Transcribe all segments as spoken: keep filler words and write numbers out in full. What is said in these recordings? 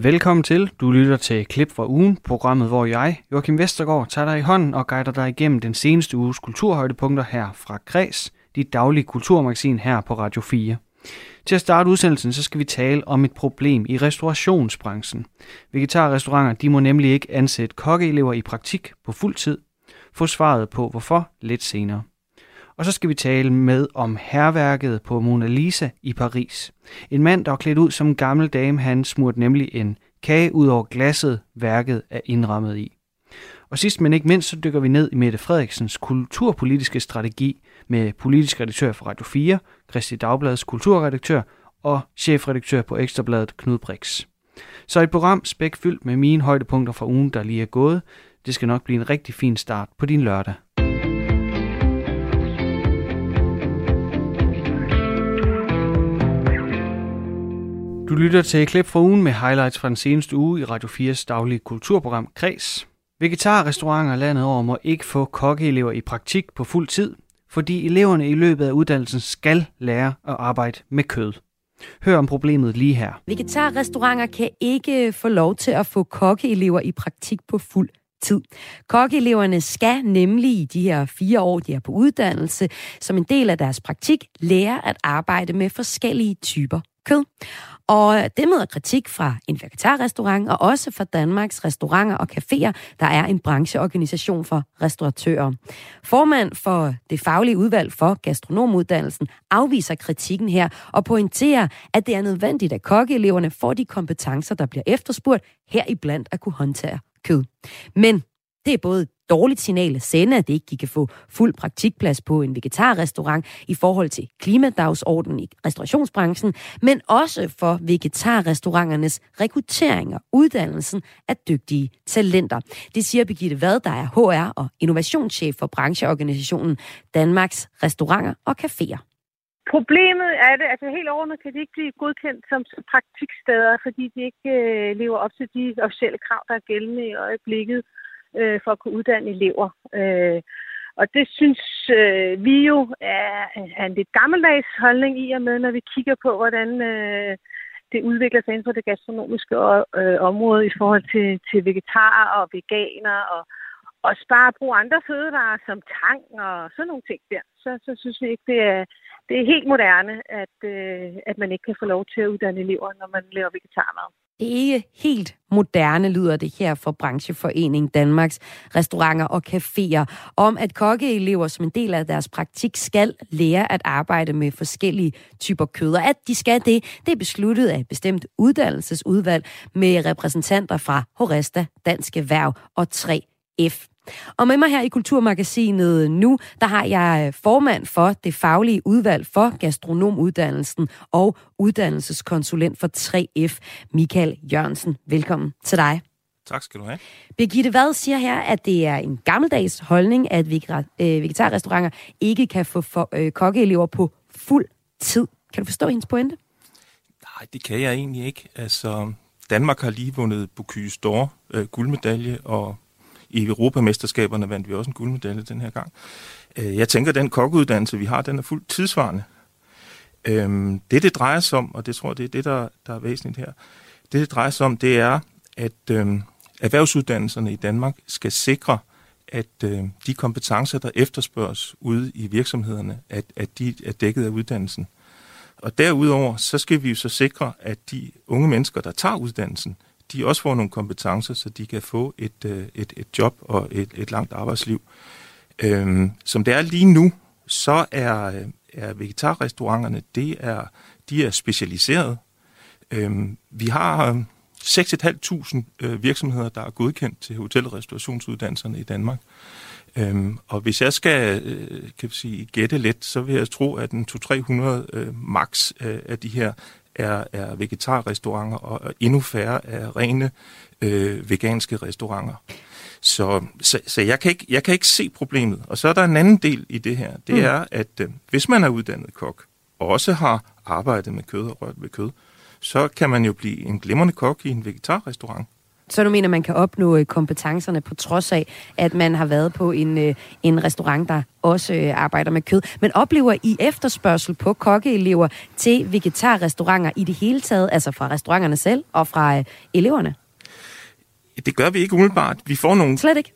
Velkommen til. Du lytter til Klip fra ugen, programmet hvor jeg, Joachim Vestergaard, tager dig i hånden og guider dig igennem den seneste uges kulturhøjdepunkter her fra Kreds, dit daglige kulturmagasin her på Radio fire. Til at starte udsendelsen, så skal vi tale om et problem i restaurationsbranchen. Vegetarrestauranter, de må nemlig ikke ansætte kokkeelever i praktik på fuld tid. Få svaret på hvorfor lidt senere. Og så skal vi tale med om hærværket på Mona Lisa i Paris. En mand, der var klædt ud som en gammel dame, han smurte nemlig en kage ud over glasset, værket er indrammet i. Og sidst men ikke mindst, så dykker vi ned i Mette Frederiksens kulturpolitiske strategi med politisk redaktør for Radio fire, Kristeligt Dagbladets kulturredaktør og chefredaktør på Ekstrabladet, Knud Brix. Så et program spækfyldt med mine højdepunkter fra ugen, der lige er gået. Det skal nok blive en rigtig fin start på din lørdag. Du lytter til Klip fra ugen med highlights fra den seneste uge i Radio fires daglige kulturprogram Kreds. Vegetarrestauranter landet over må ikke få kokkeelever i praktik på fuld tid, fordi eleverne i løbet af uddannelsen skal lære at arbejde med kød. Hør om problemet lige her. Vegetarrestauranter kan ikke få lov til at få kokkeelever i praktik på fuld tid. Kokkeeleverne skal nemlig i de her fire år, de er på uddannelse, som en del af deres praktik, lære at arbejde med forskellige typer kød. Og det møder kritik fra en vegetarrestaurant og også fra Danmarks restauranter og caféer, der er en brancheorganisation for restauratører. Formand for det faglige udvalg for gastronomuddannelsen afviser kritikken her og pointerer, at det er nødvendigt, at kokkeeleverne får de kompetencer, der bliver efterspurgt, heriblandt at kunne håndtere kød. Men det er både dårligt signal at sende, at det ikke kan få fuld praktikplads på en vegetarrestaurant i forhold til klimadagsordenen i restaurationsbranchen, men også for vegetarrestauranternes rekruttering og uddannelsen af dygtige talenter. Det siger Birgitte Vad, der er H R og innovationschef for brancheorganisationen Danmarks Restauranter og Caféer. Problemet er det, altså helt overordnet kan de ikke blive godkendt som praktiksteder, fordi de ikke øh, lever op til de officielle krav, der er gældende i øjeblikket øh, for at kunne uddanne elever. Øh, og det synes øh, vi jo er, er en lidt gammeldags holdning i og med, når vi kigger på, hvordan øh, det udvikler sig inden for det gastronomiske øh, område i forhold til, til vegetarer og veganer og og spare bruge andre fødevarer som tang og sådan nogle ting der, så, så synes vi ikke, det er, det er helt moderne, at, øh, at man ikke kan få lov til at uddanne elever, når man laver vegetarmad. Det er ikke helt moderne, lyder det her fra Brancheforening Danmarks Restauranter og Caféer, om at kokkeelever som en del af deres praktik skal lære at arbejde med forskellige typer kød. Og at de skal det, det er besluttet af et bestemt uddannelsesudvalg med repræsentanter fra Horesta, Dansk Erhverv og tre F. Og med mig her i Kulturmagasinet nu, der har jeg formand for det faglige udvalg for gastronomuddannelsen og uddannelseskonsulent for tre F, Michael Jørgensen. Velkommen til dig. Tak skal du have. Birgitte Vad siger her, at det er en gammeldags holdning, at vegetarrestauranter ikke kan få for, øh, kokkeelever på fuld tid. Kan du forstå hendes pointe? Nej, det kan jeg egentlig ikke. Altså, Danmark har lige vundet Bocuse d'Or, øh, guldmedalje, og i Europamesterskaberne vandt vi også en guldmedalje den her gang. Jeg tænker, at den kokkeuddannelse, vi har, den er fuldt tidsvarende. Det, det drejer sig om, og det tror jeg, det er det, der, der er væsentligt her, det, det drejer sig om, det er, at øhm, erhvervsuddannelserne i Danmark skal sikre, at øhm, de kompetencer, der efterspørges ude i virksomhederne, at, at de er dækket af uddannelsen. Og derudover, så skal vi jo så sikre, at de unge mennesker, der tager uddannelsen, de også får nogle kompetencer, så de kan få et, et, et job og et, et langt arbejdsliv. Øhm, som det er lige nu, så er, er vegetarrestauranterne, det er, de er specialiseret. Øhm, vi har seks tusind fem hundrede øh, virksomheder, der er godkendt til hotel- og restaurationsuddannelserne i Danmark. Øhm, og hvis jeg skal øh, kan jeg sige, gætte lidt, så vil jeg tro, at en to til tre hundrede øh, max øh, af de her Er, er vegetarrestauranter, og endnu færre er rene øh, veganske restauranter. Så, så, så jeg, kan ikke, jeg kan ikke se problemet. Og så er der en anden del i det her. Det mm. er, at øh, hvis man er uddannet kok, og også har arbejdet med kød og rørt ved kød, så kan man jo blive en glimrende kok i en vegetarrestaurant. Så du mener, man kan opnå kompetencerne på trods af, at man har været på en, en restaurant, der også arbejder med kød. Men oplever I efterspørgsel på kokkeelever til vegetarrestauranter i det hele taget, altså fra restauranterne selv og fra eleverne? Det gør vi ikke umiddelbart. Vi får nogle... Slet ikke?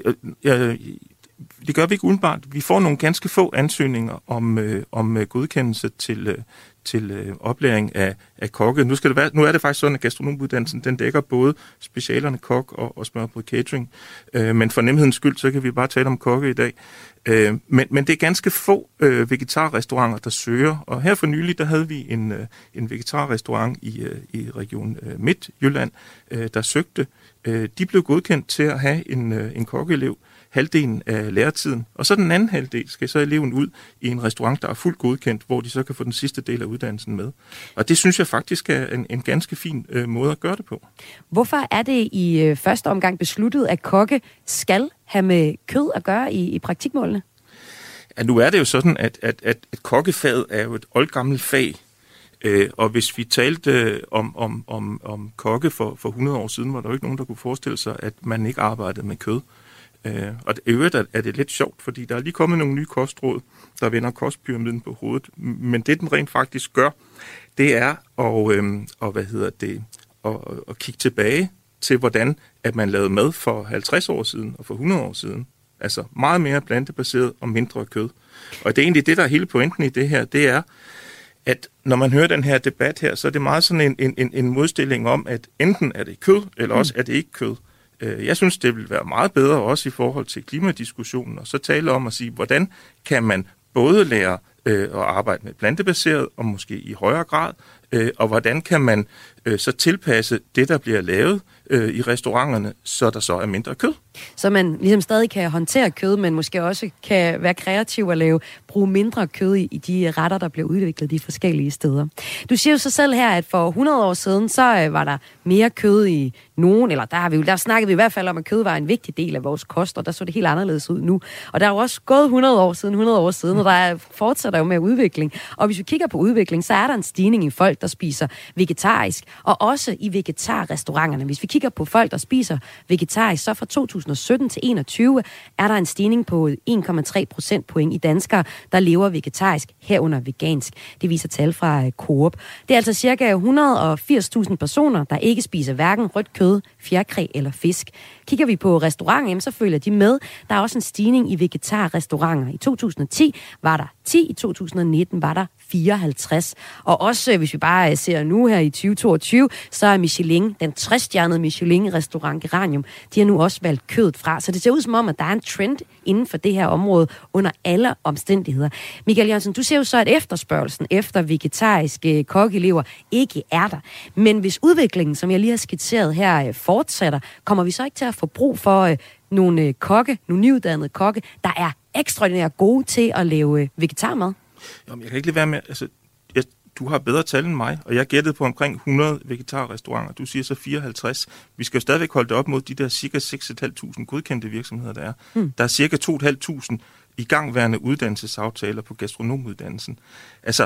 Ja, det gør vi ikke umiddelbart. Vi får nogle ganske få ansøgninger om, øh, om øh, godkendelse til, øh, til øh, oplæring af, af kokke. Nu, skal det være, nu er det faktisk sådan, at gastronomuddannelsen den dækker både specialerne kok og, og smørbrød catering. Øh, men for nemhedens skyld, så kan vi bare tale om kokke i dag. Øh, men, men det er ganske få øh, vegetarrestauranter, der søger. Og her for nylig, der havde vi en, øh, en vegetarrestaurant i, øh, i region øh, Midtjylland, øh, der søgte. Øh, de blev godkendt til at have en, øh, en kokkeelev halvdelen af læretiden, og så den anden halvdel skal så eleven ud i en restaurant, der er fuldt godkendt, hvor de så kan få den sidste del af uddannelsen med. Og det synes jeg faktisk er en, en ganske fin øh, måde at gøre det på. Hvorfor er det i øh, første omgang besluttet, at kokke skal have med kød at gøre i, i praktikmålene? Ja, nu er det jo sådan, at, at, at, at kokkefaget er jo et oldgammelt fag, øh, og hvis vi talte øh, om, om, om, om kokke for, for hundrede år siden, var der jo ikke nogen, der kunne forestille sig, at man ikke arbejdede med kød. Uh, og i øvrigt er det lidt sjovt, fordi der er lige kommet nogle nye kostråd, der vender kostpyramiden på hovedet. Men det, den rent faktisk gør, det er at, øhm, og hvad hedder det, at, at kigge tilbage til, hvordan at man lavede mad for halvtreds år siden og for hundrede år siden. Altså meget mere plantebaseret og mindre kød. Og det er egentlig det, der er hele pointen i det her, det er, at når man hører den her debat her, så er det meget sådan en, en, en modstilling om, at enten er det kød, eller også er det ikke kød. Jeg synes, det vil være meget bedre også i forhold til klimadiskussionen, og så tale om at sige, hvordan kan man både lære øh, at arbejde med plantebaseret, og måske i højere grad, øh, og hvordan kan man øh, så tilpasse det, der bliver lavet øh, i restauranterne, så der så er mindre kød. Så man ligesom stadig kan håndtere kød, men måske også kan være kreativ og lave, bruge mindre kød i, i de retter, der bliver udviklet de forskellige steder. Du siger jo så selv her, at for hundrede år siden, så øh, var der mere kød i nogen, eller der, har vi, der snakkede vi i hvert fald om, at kød var en vigtig del af vores kost, og der så det helt anderledes ud nu. Og der er jo også gået hundrede år siden, hundrede år siden, og der er, fortsætter jo med udvikling. Og hvis vi kigger på udvikling, så er der en stigning i folk, der spiser vegetarisk, og også i vegetarrestauranterne. Hvis vi kigger på folk, der spiser vegetarisk, så fra to tusind og sytten til enogtyve er der en stigning på en komma tre procentpoint i danskere, der lever vegetarisk, herunder vegansk. Det viser tal fra Coop. Det er altså cirka et hundrede og firs tusind personer, der ikke spiser hverken rødt kød, fjerkræ eller fisk. Kigger vi på restauranter, så følger de med. Der er også en stigning i vegetarrestauranter. I to tusind og ti var der ti, i to tusind og nitten var der fireoghalvtreds. Og også, hvis vi bare ser nu her i tyve toogtyve, så er Michelin, den tres-stjernede Michelin-restaurant Geranium, de har nu også valgt kødet fra. Så det ser ud som om, at der er en trend inden for det her område under alle omstændigheder. Michael Jørgensen, du ser jo så, at efterspørgelsen efter vegetariske kokkeelever ikke er der. Men hvis udviklingen, som jeg lige har skitseret her, fortsætter, kommer vi så ikke til at få brug for nogle kokke, nogle nyuddannede kokke, der er ekstraordinært gode til at lave vegetarmad? Jamen, jeg kan ikke lade være med, altså, jeg, du har bedre tal end mig, og jeg gættede på omkring hundrede vegetarrestauranter. Du siger så fireoghalvtreds. Vi skal jo stadigvæk holde det op mod de der cirka seks tusind fem hundrede godkendte virksomheder, der er. Hmm. Der er cirka to tusind fem hundrede igangværende uddannelsesaftaler på gastronomuddannelsen. Altså,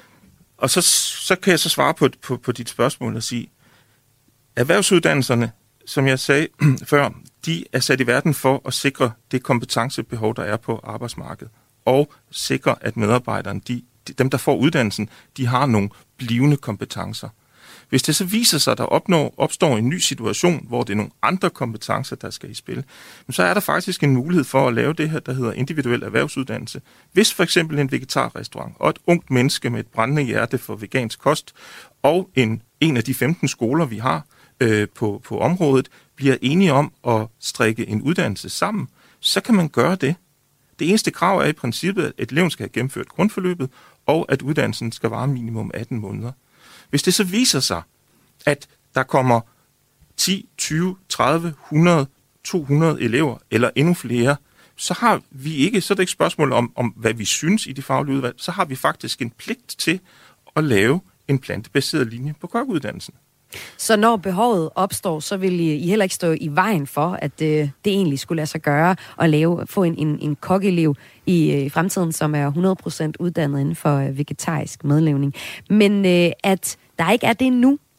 og så, så kan jeg så svare på, på, på dit spørgsmål og sige, erhvervsuddannelserne, som jeg sagde før, de er sat i verden for at sikre det kompetencebehov, der er på arbejdsmarkedet, og sikre, at medarbejderne, de, dem der får uddannelsen, de har nogle blivende kompetencer. Hvis det så viser sig, at der opnår, opstår en ny situation, hvor det er nogle andre kompetencer, der skal i spil, så er der faktisk en mulighed for at lave det her, der hedder individuel erhvervsuddannelse. Hvis for eksempel en vegetarrestaurant og et ungt menneske med et brændende hjerte for vegansk kost, og en, en af de femten skoler, vi har øh, på, på området, bliver enige om at strikke en uddannelse sammen, så kan man gøre det. Det eneste krav er i princippet, at eleven skal have gennemført grundforløbet, og at uddannelsen skal vare minimum atten måneder. Hvis det så viser sig, at der kommer ti, tyve, tredive, hundrede, to hundrede elever, eller endnu flere, så har vi ikke, så er det ikke spørgsmål om, om, hvad vi synes i de faglige udvalg, så har vi faktisk en pligt til at lave en plantebaseret linje på kokkeuddannelsen. Så når behovet opstår, så vil I heller ikke stå i vejen for, at øh, det egentlig skulle lade sig gøre at lave, få en, en, en kokkeelev i øh, fremtiden, som er hundrede procent uddannet inden for øh, vegetarisk madlavning. Men øh, at der ikke er det nu,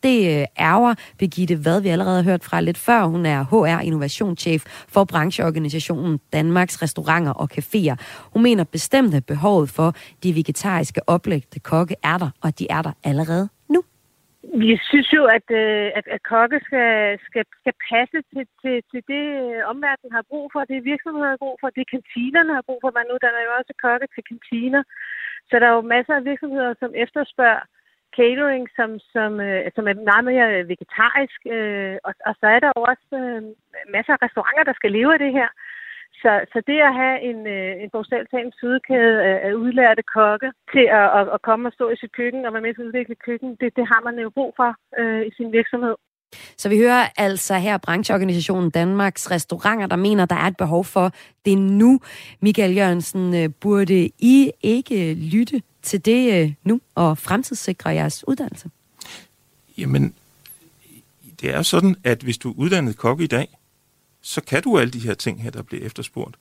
Det ærger Birgitte Vad, vi allerede har hørt fra lidt før. Hun er H R-innovationschef for brancheorganisationen Danmarks Restauranter og Caféer. Hun mener bestemt, at behovet for de vegetariske oplægte kokke er der, og de er der allerede nu. Vi synes jo, at, at, at kokke skal, skal, skal passe til, til, til det, omverdenen har brug for, det virksomheder har brug for, det kantinerne har brug for. Man uddanner jo også kokke til kantiner. Så der er jo masser af virksomheder, som efterspørger catering, som, som, som er meget mere vegetarisk. Og, og så er der jo også masser af restauranter, der skal leve af det her. Så, så det at have en, en bogstaveligt talt fødekæde af udlærte kokke til at, at, at komme og stå i sit køkken og være med til at udvikle køkken, det, det har man jo brug for øh, i sin virksomhed. Så vi hører altså her brancheorganisationen Danmarks Restauranter, der mener, der er et behov for det nu. Michael Jørgensen, burde I ikke lytte til det nu og fremtidssikre jeres uddannelse? Jamen, det er sådan, at hvis du er uddannet kok i dag, så kan du alle de her ting her, der bliver efterspurgt.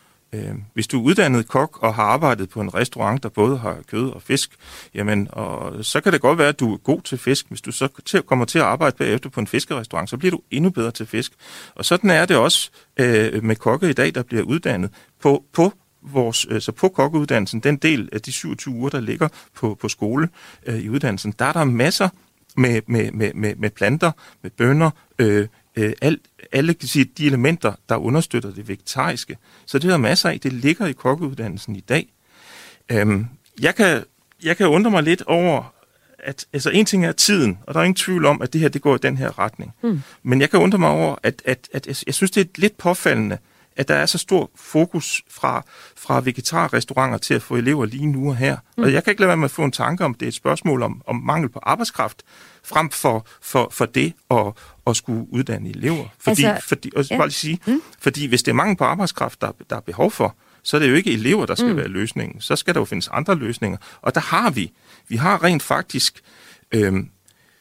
Hvis du er uddannet kok og har arbejdet på en restaurant, der både har kød og fisk, jamen, og så kan det godt være, at du er god til fisk. Hvis du så kommer til at arbejde bagefter på en fiskerestaurant, så bliver du endnu bedre til fisk. Og sådan er det også øh, med kokke i dag, der bliver uddannet på, på vores, altså på kokkeuddannelsen, den del af de syvogtyve uger, der ligger på, på skole øh, i uddannelsen, der er der masser med, med, med, med, med planter, med bønner, øh, Al, alle kan sige, de elementer, der understøtter det vegetariske. Så det er der masser af, det ligger i kokkeuddannelsen i dag. Øhm, jeg, kan, jeg kan undre mig lidt over, at altså en ting er tiden, og der er ingen tvivl om, at det her det går i den her retning. Mm. Men jeg kan undre mig over, at, at, at jeg, jeg synes, det er lidt påfaldende, at der er så stor fokus fra, fra vegetarrestauranter til at få elever lige nu og her. Mm. Og jeg kan ikke lade være med at få en tanke om, det er et spørgsmål om, om mangel på arbejdskraft, frem for, for, for det at, at skulle uddanne elever. Fordi, altså, fordi, og ja. bare lige sige, mm. fordi hvis det er mangel på arbejdskraft, der, der er behov for, så er det jo ikke elever, der skal mm. være løsningen. Så skal der jo findes andre løsninger. Og der har vi. Vi har rent faktisk øhm,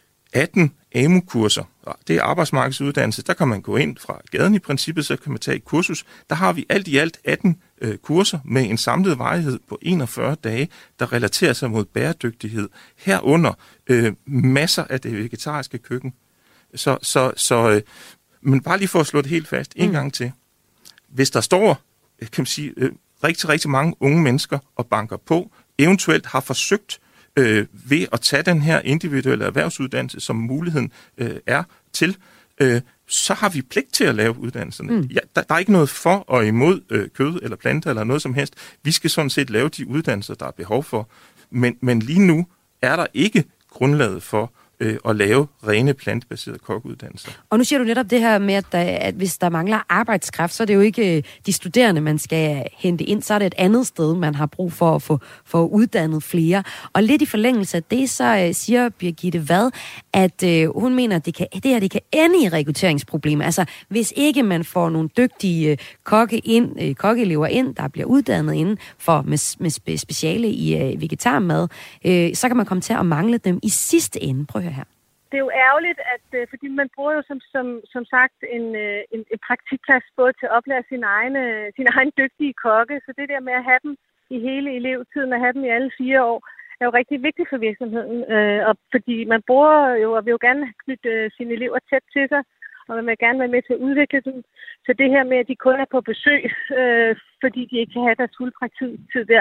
atten A M U-kurser. Det er arbejdsmarkedsuddannelse. Der kan man gå ind fra gaden i princippet, så kan man tage et kursus. Der har vi alt i alt atten øh, kurser med en samlet varighed på enogfyrre dage, der relaterer sig mod bæredygtighed. Herunder øh, masser af det vegetariske køkken. Så, så, så øh, men bare lige for at slå det helt fast en mm. gang til. Hvis der står, kan man sige, øh, rigtig, rigtig mange unge mennesker og banker på, eventuelt har forsøgt øh, ved at tage den her individuelle erhvervsuddannelse, som muligheden øh, er til, øh, så har vi pligt til at lave uddannelserne. Mm. Ja, der, der er ikke noget for og imod øh, kød eller planter eller noget som helst. Vi skal sådan set lave de uddannelser, der er behov for. Men, men lige nu er der ikke grundlaget for øh, at lave rene plantebaserede kokkeuddannelser. Og nu siger du netop det her med, at, der, at hvis der mangler arbejdskraft, så er det jo ikke de studerende, man skal hente ind, så er det et andet sted, man har brug for at få for uddannet flere. Og lidt i forlængelse af det, så uh, siger Birgitte Vad, at uh, hun mener, at det, kan, det her det kan ende i rekrutteringsproblemer. Altså, hvis ikke man får nogle dygtige uh, kokke ind, uh, kokkeelever ind, der bliver uddannet inden for med, med speciale i uh, vegetarmad, uh, så kan man komme til at mangle dem i sidste ende. Prøv her. Det er jo ærgerligt, at, fordi man bruger jo som, som, som sagt en, en, en praktikplads både til at oplære sin egen, sin egen dygtige kokke, så det der med at have dem i hele elevtiden og have dem i alle fire år, er jo rigtig vigtigt for virksomheden. Og fordi man bruger jo, og vil jo gerne knytte sine elever tæt til sig, og man vil gerne være med til at udvikle dem. Så det her med, at de kun er på besøg, øh, fordi de ikke kan have deres fulde praktiktid der,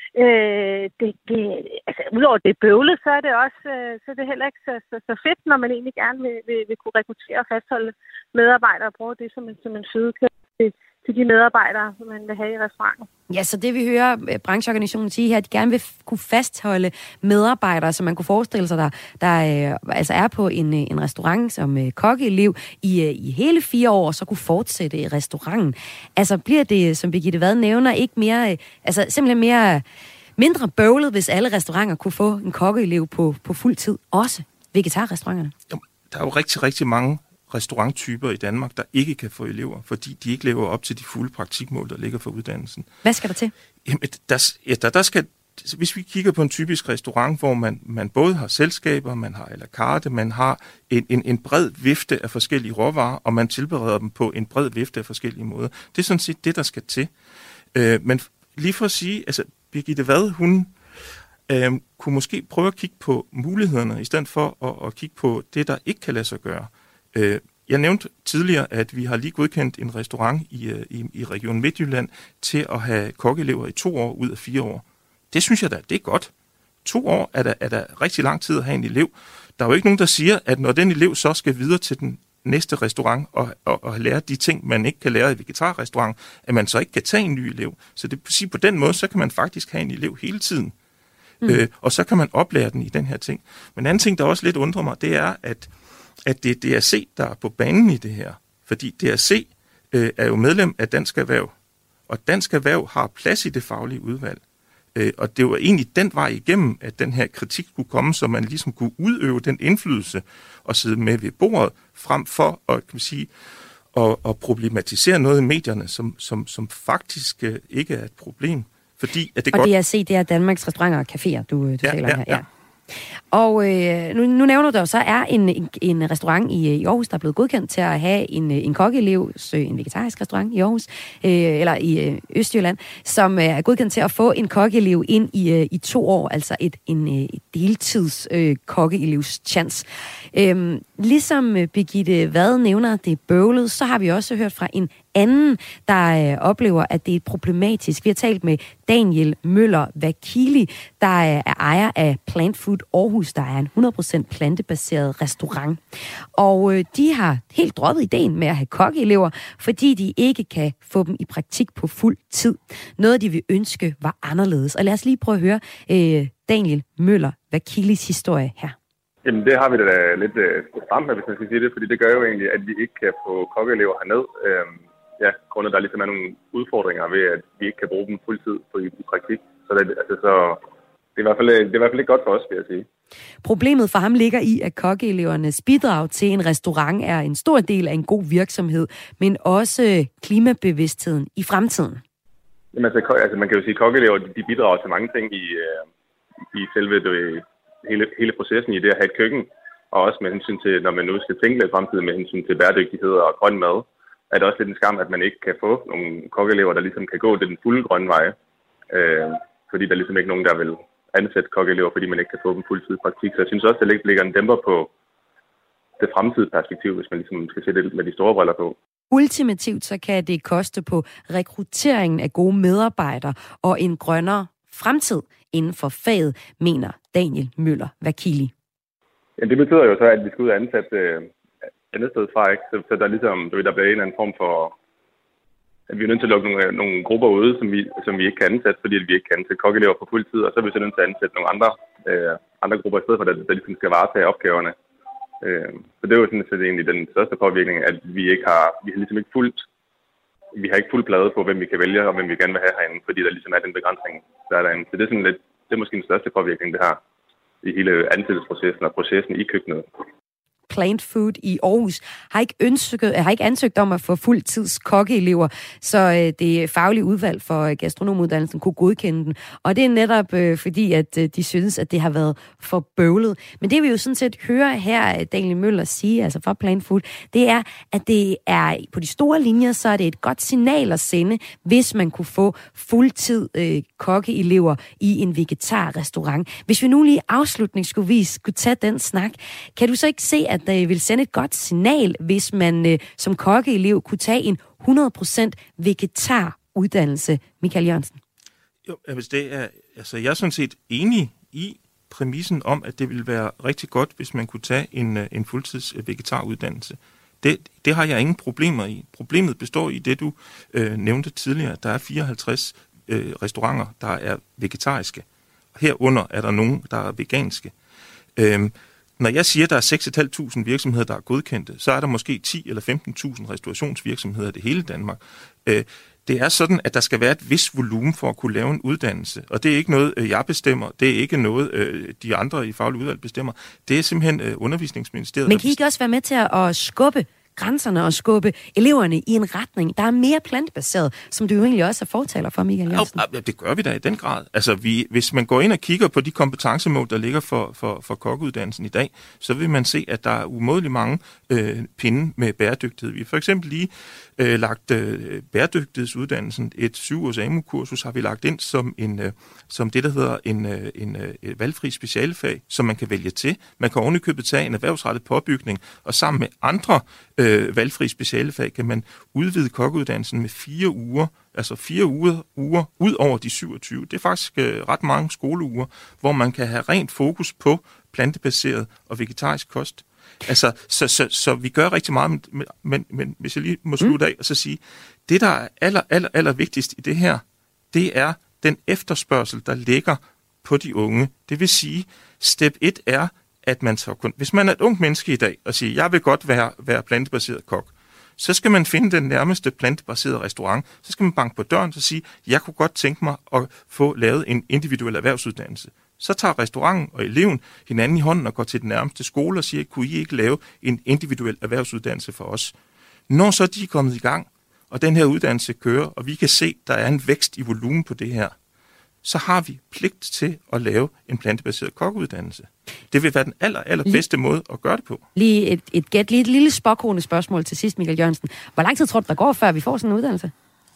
øh, det, det, altså udover det bøvlet, så er det også øh, så er det heller ikke så, så, så fedt, når man egentlig gerne vil, vil, vil kunne rekruttere og fastholde medarbejdere og bruge det som en, som en fødekæde til, til de medarbejdere, man vil have i restauranten. Ja, så det vi hører brancheorganisationen sige her, at de gerne vil kunne fastholde medarbejdere, som man kunne forestille sig, der, der øh, altså er på en, en restaurant som øh, kokkeelev i, øh, i hele fire år, så kunne fortsætte i restauranten. Altså bliver det, som Birgitte Vad nævner, ikke mere, øh, altså simpelthen mere mindre bøvlet, hvis alle restauranter kunne få en kokkeelev på, på fuld tid, også vegetarrestauranterne? Jamen, der er jo rigtig, rigtig mange restauranttyper i Danmark, der ikke kan få elever, fordi de ikke lever op til de fulde praktikmål, der ligger for uddannelsen. Hvad skal der til? Jamen, der, ja, der, der skal, hvis vi kigger på en typisk restaurant, hvor man, man både har selskaber, man har à la carte, man har en, en, en bred vifte af forskellige råvarer, og man tilbereder dem på en bred vifte af forskellige måder. Det er sådan set det, der skal til. Øh, men lige for at sige, altså Birgitte Vad, hun øh, kunne måske prøve at kigge på mulighederne, i stedet for at, at kigge på det, der ikke kan lade sig gøre. Øh, jeg nævnte tidligere, at vi har lige godkendt en restaurant i, i, i Region Midtjylland til at have kokkeelever i to år ud af fire år. Det synes jeg da, det er godt. To år er der, er der rigtig lang tid at have en elev. Der er jo ikke nogen, der siger, at når den elev så skal videre til den næste restaurant og, og, og lære de ting, man ikke kan lære i vegetarrestaurant, at man så ikke kan tage en ny elev. Så det sige, på den måde, så kan man faktisk have en elev hele tiden. Mm. Øh, og så kan man oplære den i den her ting. Men en anden ting, der også lidt undrer mig, det er, at, at det er D R C, der er på banen i det her. Fordi D R C øh, er jo medlem af Dansk Erhverv, og Dansk Erhverv har plads i det faglige udvalg. Øh, og det var egentlig den vej igennem, at den her kritik skulle komme, så man ligesom kunne udøve den indflydelse og sidde med ved bordet, frem for at, kan man sige, at, at problematisere noget i medierne, som, som, som faktisk øh, ikke er et problem. Fordi, at det og godt... det er set, det er Danmarks restauranter og caféer, du, du ja, taler ja, her. Ja. Ja. Og øh, nu, nu nævner du, så er en, en, en restaurant i, i Aarhus, der er blevet godkendt til at have en, en kokkeelev, en vegetarisk restaurant i Aarhus, øh, eller i øh, Østjylland, som øh, er godkendt til at få en kokkeelev ind i, øh, i to år, altså et, en øh, deltids øh, kokkeelevs chance. Øh, ligesom øh, Birgitte Vad nævner, det er bøvlet, så har vi også hørt fra en anden, der øh, oplever, at det er problematisk. Vi har talt med Daniel Møller Vakili, der er ejer af Plant Food Aarhus, der er en hundrede procent plantebaseret restaurant. Og øh, de har helt droppet ideen med at have kokkeelever, fordi de ikke kan få dem i praktik på fuld tid. Noget, de vil ønske var anderledes. Og lad os lige prøve at høre øh, Daniel Møller Vakilis historie her. Jamen, det har vi da lidt øh, stramt med, hvis man skal sige det, fordi det gør jo egentlig, at vi ikke kan få kokkeelever herned. Øhm, ja, grundet der ligesom er nogle udfordringer ved, at vi ikke kan bruge dem fuldtid på i, i praktik. Så, det, altså, så det, er i hvert fald, det er i hvert fald ikke godt for os, vil jeg sige. Problemet for ham ligger i, at kokkeelevernes bidrag til en restaurant er en stor del af en god virksomhed, men også klimabevidstheden i fremtiden. Jamen, altså, altså man kan jo sige, at kokkeelever de bidrager til mange ting i, øh, i selve det, hele, hele processen i det at have et køkken, og også med hensyn til, når man nu skal tænke lidt fremtiden med hensyn til bæredygtighed og grøn mad, er det også lidt en skam, at man ikke kan få nogle kokkeelever, der ligesom kan gå til den fulde grønne vej, øh, fordi der er ligesom ikke nogen, der vil ansætte kokkeelever, fordi man ikke kan få dem fuldtid praktik. Så jeg synes også, at der ligger en dæmper på det fremtidige perspektiv, hvis man ligesom skal se det med de store briller på. Ultimativt så kan det koste på rekrutteringen af gode medarbejdere og en grønnere fremtid inden for faget, mener Daniel Møller Vakili. Ja, det betyder jo så, at vi skal ud og ansætte øh, andet sted fra, ikke? Så, så der, ligesom, der bliver en eller anden form for, at vi er nødt til at lukke nogle, nogle grupper ude, som vi, som vi ikke kan ansætte, fordi vi ikke kan ansætte kokkeelever på fuld tid, og så er vi så nødt til at ansætte nogle andre, øh, andre grupper i stedet for, der, der ligesom skal varetage opgaverne. Øh, så det er jo sådan set egentlig den største påvirkning, at vi ikke har, vi har ligesom ikke fuldt, vi har ikke fuld plade på, hvem vi kan vælge, og hvem vi gerne vil have herinde, fordi der ligesom er den begrænsning, der er derinde. Så det er sådan lidt, det er måske den største påvirkning, det har i hele ansættelsesprocessen og processen i køkkenet. Plant Food i Aarhus har ikke, ønsket, har ikke ansøgt om at få fuldtids kokkeelever, så øh, det faglige udvalg for gastronomuddannelsen kunne godkende den. Og det er netop øh, fordi, at øh, de synes, at det har været for bøvlet. Men det vi jo sådan set hører her, Daniel Møller sige, altså fra Plant Food, det er, at det er på de store linjer, så er det et godt signal at sende, hvis man kunne få fuldtid øh, kokkeelever i en vegetarrestaurant. Hvis vi nu lige afslutningsvis skulle tage den snak, kan du så ikke se, at det vil sende et godt signal, hvis man øh, som kokkeelev kunne tage en hundrede procent vegetaruddannelse, Michael Jørgensen? Jo, altså det er, altså jeg er sådan set enig i præmissen om, at det ville være rigtig godt, hvis man kunne tage en, en fuldtids vegetaruddannelse. Det, det har jeg ingen problemer i. Problemet består i det, du øh, nævnte tidligere. Der er fireoghalvtreds øh, restauranter, der er vegetariske. Herunder er der nogen, der er veganske. Øhm, Når jeg siger, at der er seks tusind fem hundrede virksomheder, der er godkendte, så er der måske ti eller femten tusind restaurationsvirksomheder i det hele Danmark. Det er sådan, at der skal være et vis volumen for at kunne lave en uddannelse. Og det er ikke noget, jeg bestemmer. Det er ikke noget, de andre i faglige udvalg bestemmer. Det er simpelthen Undervisningsministeriet. Men kan I ikke også være med til at skubbe grænserne og skubbe eleverne i en retning, der er mere plantebaseret, som du jo egentlig også er fortaler for, Michael Jørgensen? Ja, det gør vi da i den grad. Altså, vi, hvis man går ind og kigger på de kompetencemål, der ligger for, for, for kokkeuddannelsen i dag, så vil man se, at der er umådeligt mange øh, pinde med bæredygtighed. Vi har for eksempel lige øh, lagt øh, bæredygtighedsuddannelsen, et syv års A M U-kursus, har vi lagt ind som, en, øh, som det, der hedder en, øh, en øh, valgfri specialefag, som man kan vælge til. Man kan ovenikøbet tage en erhvervsrettet påbygning, og sammen med andre øh, valgfri specialefag kan man udvide kokkeuddannelsen med fire uger, altså fire uger, uger ud over de syvogtyve. Det er faktisk øh, ret mange skoleuger, hvor man kan have rent fokus på plantebaseret og vegetarisk kost. Altså, så, så, så vi gør rigtig meget, men, men, men hvis jeg lige må slutte af og så sige, det der er aller, aller, aller vigtigst i det her, det er den efterspørgsel, der ligger på de unge. Det vil sige, step et er, at man så kun, hvis man er et ungt menneske i dag og siger, jeg vil godt være, være plantebaseret kok, så skal man finde den nærmeste plantebaserede restaurant. Så skal man banke på døren og sige, jeg kunne godt tænke mig at få lavet en individuel erhvervsuddannelse. Så tager restauranten og eleven hinanden i hånden og går til den nærmeste skole og siger, kunne I ikke lave en individuel erhvervsuddannelse for os? Når så de er kommet i gang, og den her uddannelse kører, og vi kan se, at der er en vækst i volumen på det her, så har vi pligt til at lave en plantebaseret kokkeuddannelse. Det vil være den aller, aller bedste måde at gøre det på. Lige et, et gæt, lige et lille spåkone spørgsmål til sidst, Michael Jørgensen. Hvor lang tid tror du, der går, før vi får sådan en uddannelse?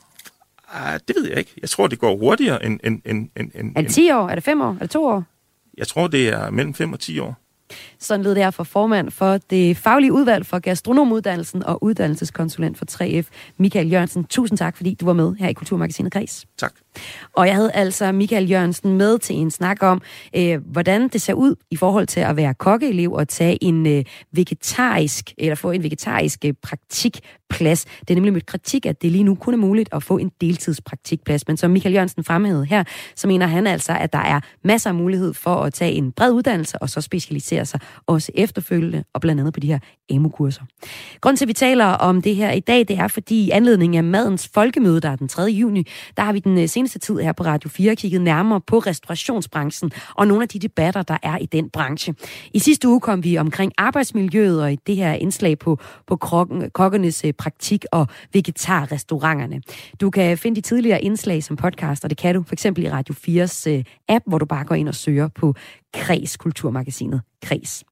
Uh, det ved jeg ikke. Jeg tror, det går hurtigere end... end, end, end, end er det ti år? Er det fem år? Er det to år? Jeg tror, det er mellem fem og ti år. Sådan lød det her for formand for det faglige udvalg for gastronomuddannelsen og uddannelseskonsulent for tre F, Michael Jørgensen. Tusind tak, fordi du var med her i Kulturmagasinet Kreds. Tak. Og jeg havde altså Michael Jørgensen med til en snak om, øh, hvordan det ser ud i forhold til at være kokkeelev og tage en øh, vegetarisk, eller få en vegetarisk øh, praktikplads. Det er nemlig mit kritik, at det lige nu kun er muligt at få en deltidspraktikplads. Men som Michael Jørgensen fremhævede her, så mener han altså, at der er masser af mulighed for at tage en bred uddannelse og så specialisere sig også efterfølgende, og blandt andet på de her A M U-kurser. Grunden til, at vi taler om det her i dag, det er, fordi i anledning af Madens Folkemøde, der er den tredje juni, der har vi den seneste tid her på Radio fire kigget nærmere på restaurationsbranchen og nogle af de debatter, der er i den branche. I sidste uge kom vi omkring arbejdsmiljøet og i det her indslag på, på krokken, kokkernes praktik og vegetarrestauranterne. Du kan finde de tidligere indslag som podcast, og det kan du for eksempel i Radio fires app, hvor du bare går ind og søger på Kreds, Kulturmagasinet Kreds.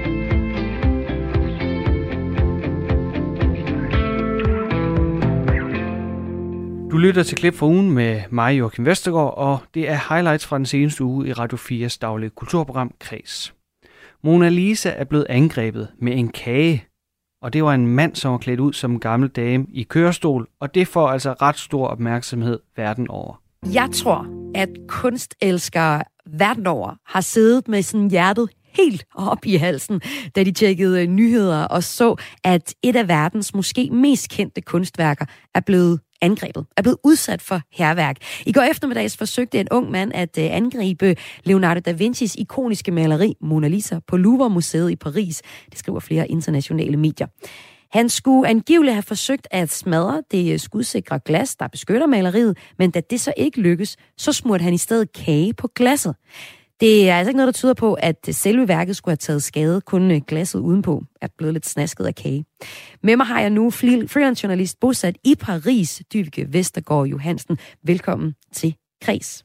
Du lytter til Klip fra ugen med mig, Joachim Vestergaard, og det er highlights fra den seneste uge i Radio fires daglige kulturprogram Kreds. Mona Lisa er blevet angrebet med en kage, og det var en mand, som var klædt ud som en gammel dame i kørestol, og det får altså ret stor opmærksomhed verden over. Jeg tror, at kunstelskere verden over har siddet med sådan hjertet helt op i halsen, da de tjekkede nyheder og så, at et af verdens måske mest kendte kunstværker er blevet angrebet, er blevet udsat for hærværk. I går eftermiddags forsøgte en ung mand at angribe Leonardo da Vincis ikoniske maleri Mona Lisa på Louvre-museet i Paris. Det skriver flere internationale medier. Han skulle angiveligt have forsøgt at smadre det skudsikre glas, der beskytter maleriet, men da det så ikke lykkes, så smurte han i stedet kage på glasset. Det er altså ikke noget, der tyder på, at selve værket skulle have taget skade, kun glasset udenpå er blevet lidt snasket af kage. Med mig har jeg nu freelance-journalist bosat i Paris, Dyveke Vestergaard Johansen. Velkommen til Kreds.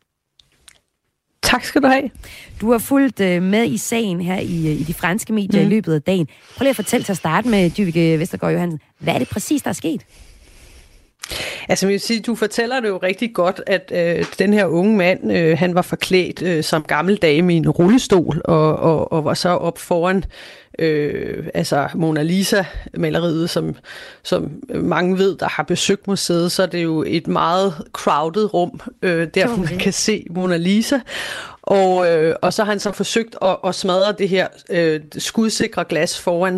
Tak skal du have. Du har fulgt med i sagen her i, i de franske medier mm. i løbet af dagen. Prøv lige at fortælle til at starte med, Dyveke Vestergaard Johansen. Hvad er det præcis, der er sket? Altså, jeg vil sige, du fortæller det jo rigtig godt, at øh, den her unge mand, øh, han var forklædt øh, som gammel dame i en rullestol, og, og, og var så op foran øh, altså Mona Lisa-maleriet, som, som mange ved, der har besøgt museet, så er det jo et meget crowded rum, øh, der hvor man kan se Mona Lisa. Og, øh, og så har han så forsøgt at, at smadre det her øh, skudsikre glas foran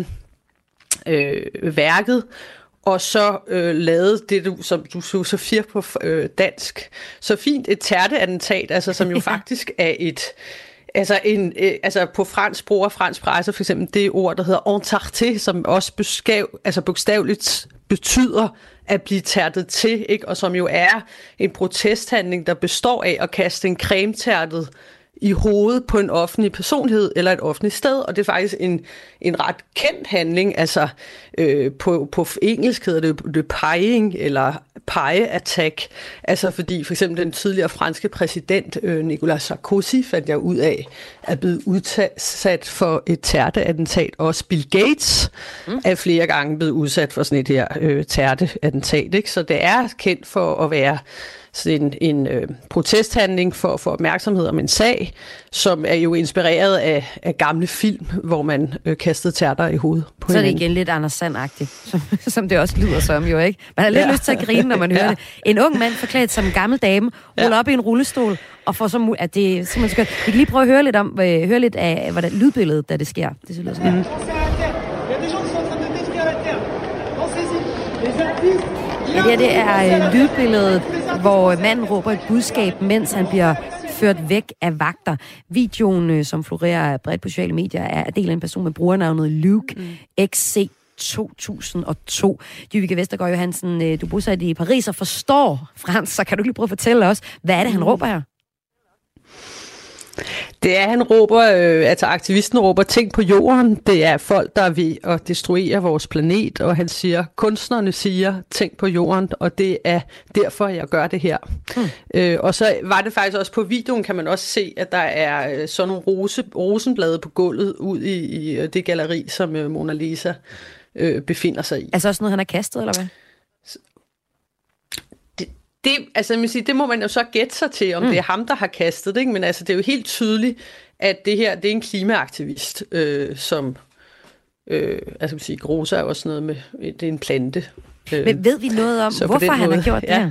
øh, værket, og så øh, lavede det, du, som du så, så fir på øh, dansk, så fint et tærteattentat, altså som jo faktisk er et, altså, en, øh, altså på fransk sprog og fransk presse for eksempel, det ord, der hedder entarté, som også beskav, altså bogstaveligt betyder at blive tærtet til, ikke? Og som jo er en protesthandling, der består af at kaste en cremetærtet i hovedet på en offentlig personlighed eller et offentligt sted, og det er faktisk en, en ret kendt handling, altså øh, på, på engelsk hedder det, det pieing eller pie-attack, altså fordi for eksempel den tidligere franske præsident øh, Nicolas Sarkozy fandt jeg ud af, er blevet udsat for et terrorattentat, også Bill Gates mm. er flere gange blevet udsat for sådan et her øh, terrorattentat, ikke? Så det er kendt for at være en, en øh, protesthandling for at få opmærksomhed om en sag, som er jo inspireret af, af gamle film, hvor man øh, kastede terter i hovedet på Så er det hinanden. igen lidt Anders Sand-agtigt, som, som det også lyder som jo, ikke? Man har lidt ja. lyst til at grine, når man hører ja. det. En ung mand forklædt som en gammel dame, ruller ja. op i en rullestol, og får så at det er simpelthen skønt. Vi kan lige prøve at høre lidt om, øh, høre lidt af hvordan lydbilledet, da det sker. Det synes jeg sådan. Mm. Ja, det, her, det er øh, lydbilledet, hvor manden råber et budskab, mens han bliver ført væk af vagter. Videoen, øh, som florerer bredt på sociale medier, er del af en person med brugernavnet Luke mm. X C to tusind og to. Dyvike Vestergaard Johansen, øh, du bor sig i Paris og forstår fransk, så kan du lige prøve at fortælle os, hvad er det, han råber her? Det er, han råber, øh, altså aktivisten råber, tænk på jorden. Det er folk, der er ved at destruere vores planet, og han siger, kunstnerne siger, tænk på jorden, og det er derfor, jeg gør det her. Hmm. Øh, og så var det faktisk også på videoen, kan man også se, at der er øh, sådan nogle rose, rosenblade på gulvet ud i, i det galleri, som øh, Mona Lisa øh, befinder sig i. Altså også noget, han har kastet, eller hvad? Det, altså, man siger, det må man jo så gætte sig til, om mm. det er ham, der har kastet det, ikke? Men altså, det er jo helt tydeligt, at det her, det er en klimaaktivist, øh, som, øh, altså man siger, Rosa er også noget med, det er en plante. Øh, Men ved vi noget om, hvorfor han måde, har gjort det ja. her?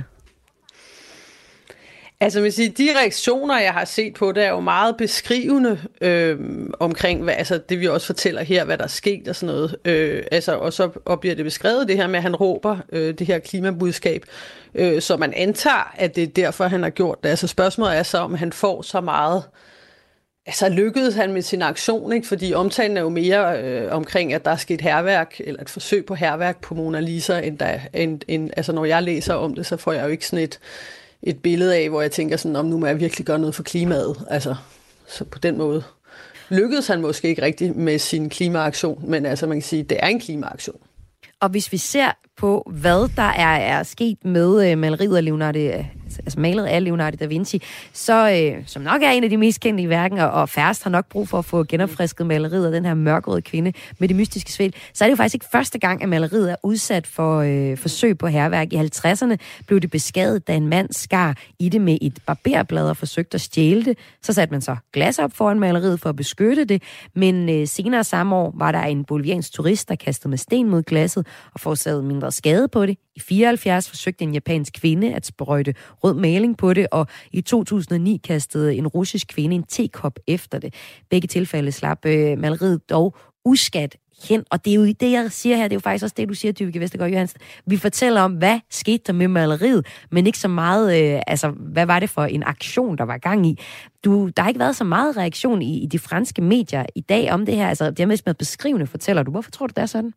Altså, man siger, de reaktioner, jeg har set på det, er jo meget beskrivende øh, omkring, hvad, altså det vi også fortæller her, hvad der er sket og sådan noget. Øh, altså, og så og bliver det beskrevet, det her med, at han råber øh, det her klimabudskab, øh, så man antager, at det er derfor, han har gjort det. Altså spørgsmålet er så, om han får så meget. Altså lykkedes han med sin aktion, ikke? Fordi omtalen er jo mere øh, omkring, at der er sket hærværk, eller et forsøg på hærværk på Mona Lisa, end der, end, end, altså når jeg læser om det, så får jeg jo ikke sådan et et billede af, hvor jeg tænker sådan, om nu må jeg virkelig gøre noget for klimaet. Altså, så på den måde lykkedes han måske ikke rigtigt med sin klimaaktion, men altså man kan sige, det er en klimaaktion. Og hvis vi ser på, hvad der er, er sket med øh, maleriet af Leonardo, altså malet af Leonardo da Vinci, så øh, som nok er en af de mest kendte i verden, og, og færrest har nok brug for at få genopfrisket maleriet af den her mørkerøde kvinde med det mystiske svæl, så er det jo faktisk ikke første gang, at maleriet er udsat for øh, forsøg på hærværk. I halvtredserne blev det beskadiget, da en mand skar i det med et barberblad og forsøgte at stjæle det. Så satte man så glas op foran maleriet for at beskytte det, men øh, senere samme år var der en boliviansk turist, der kastede med sten mod glasset og forårsagede mindre skade på det. I fireoghalvfjerds forsøgte en japansk kvinde at sprøjte rød maling på det, og i to tusind og ni kastede en russisk kvinde en tekop efter det. Begge tilfælde slap øh, maleriet dog uskat hen, og det er jo det, jeg siger her, det er jo faktisk også det, du siger, Dyvike Vestergaard Johansen. Vi fortæller om, hvad skete der med maleriet, men ikke så meget, øh, altså, hvad var det for en aktion, der var gang i. Du, der har ikke været så meget reaktion i, i de franske medier i dag om det her, altså det er mest med beskrivende, fortæller du. Hvorfor tror du, det er sådan?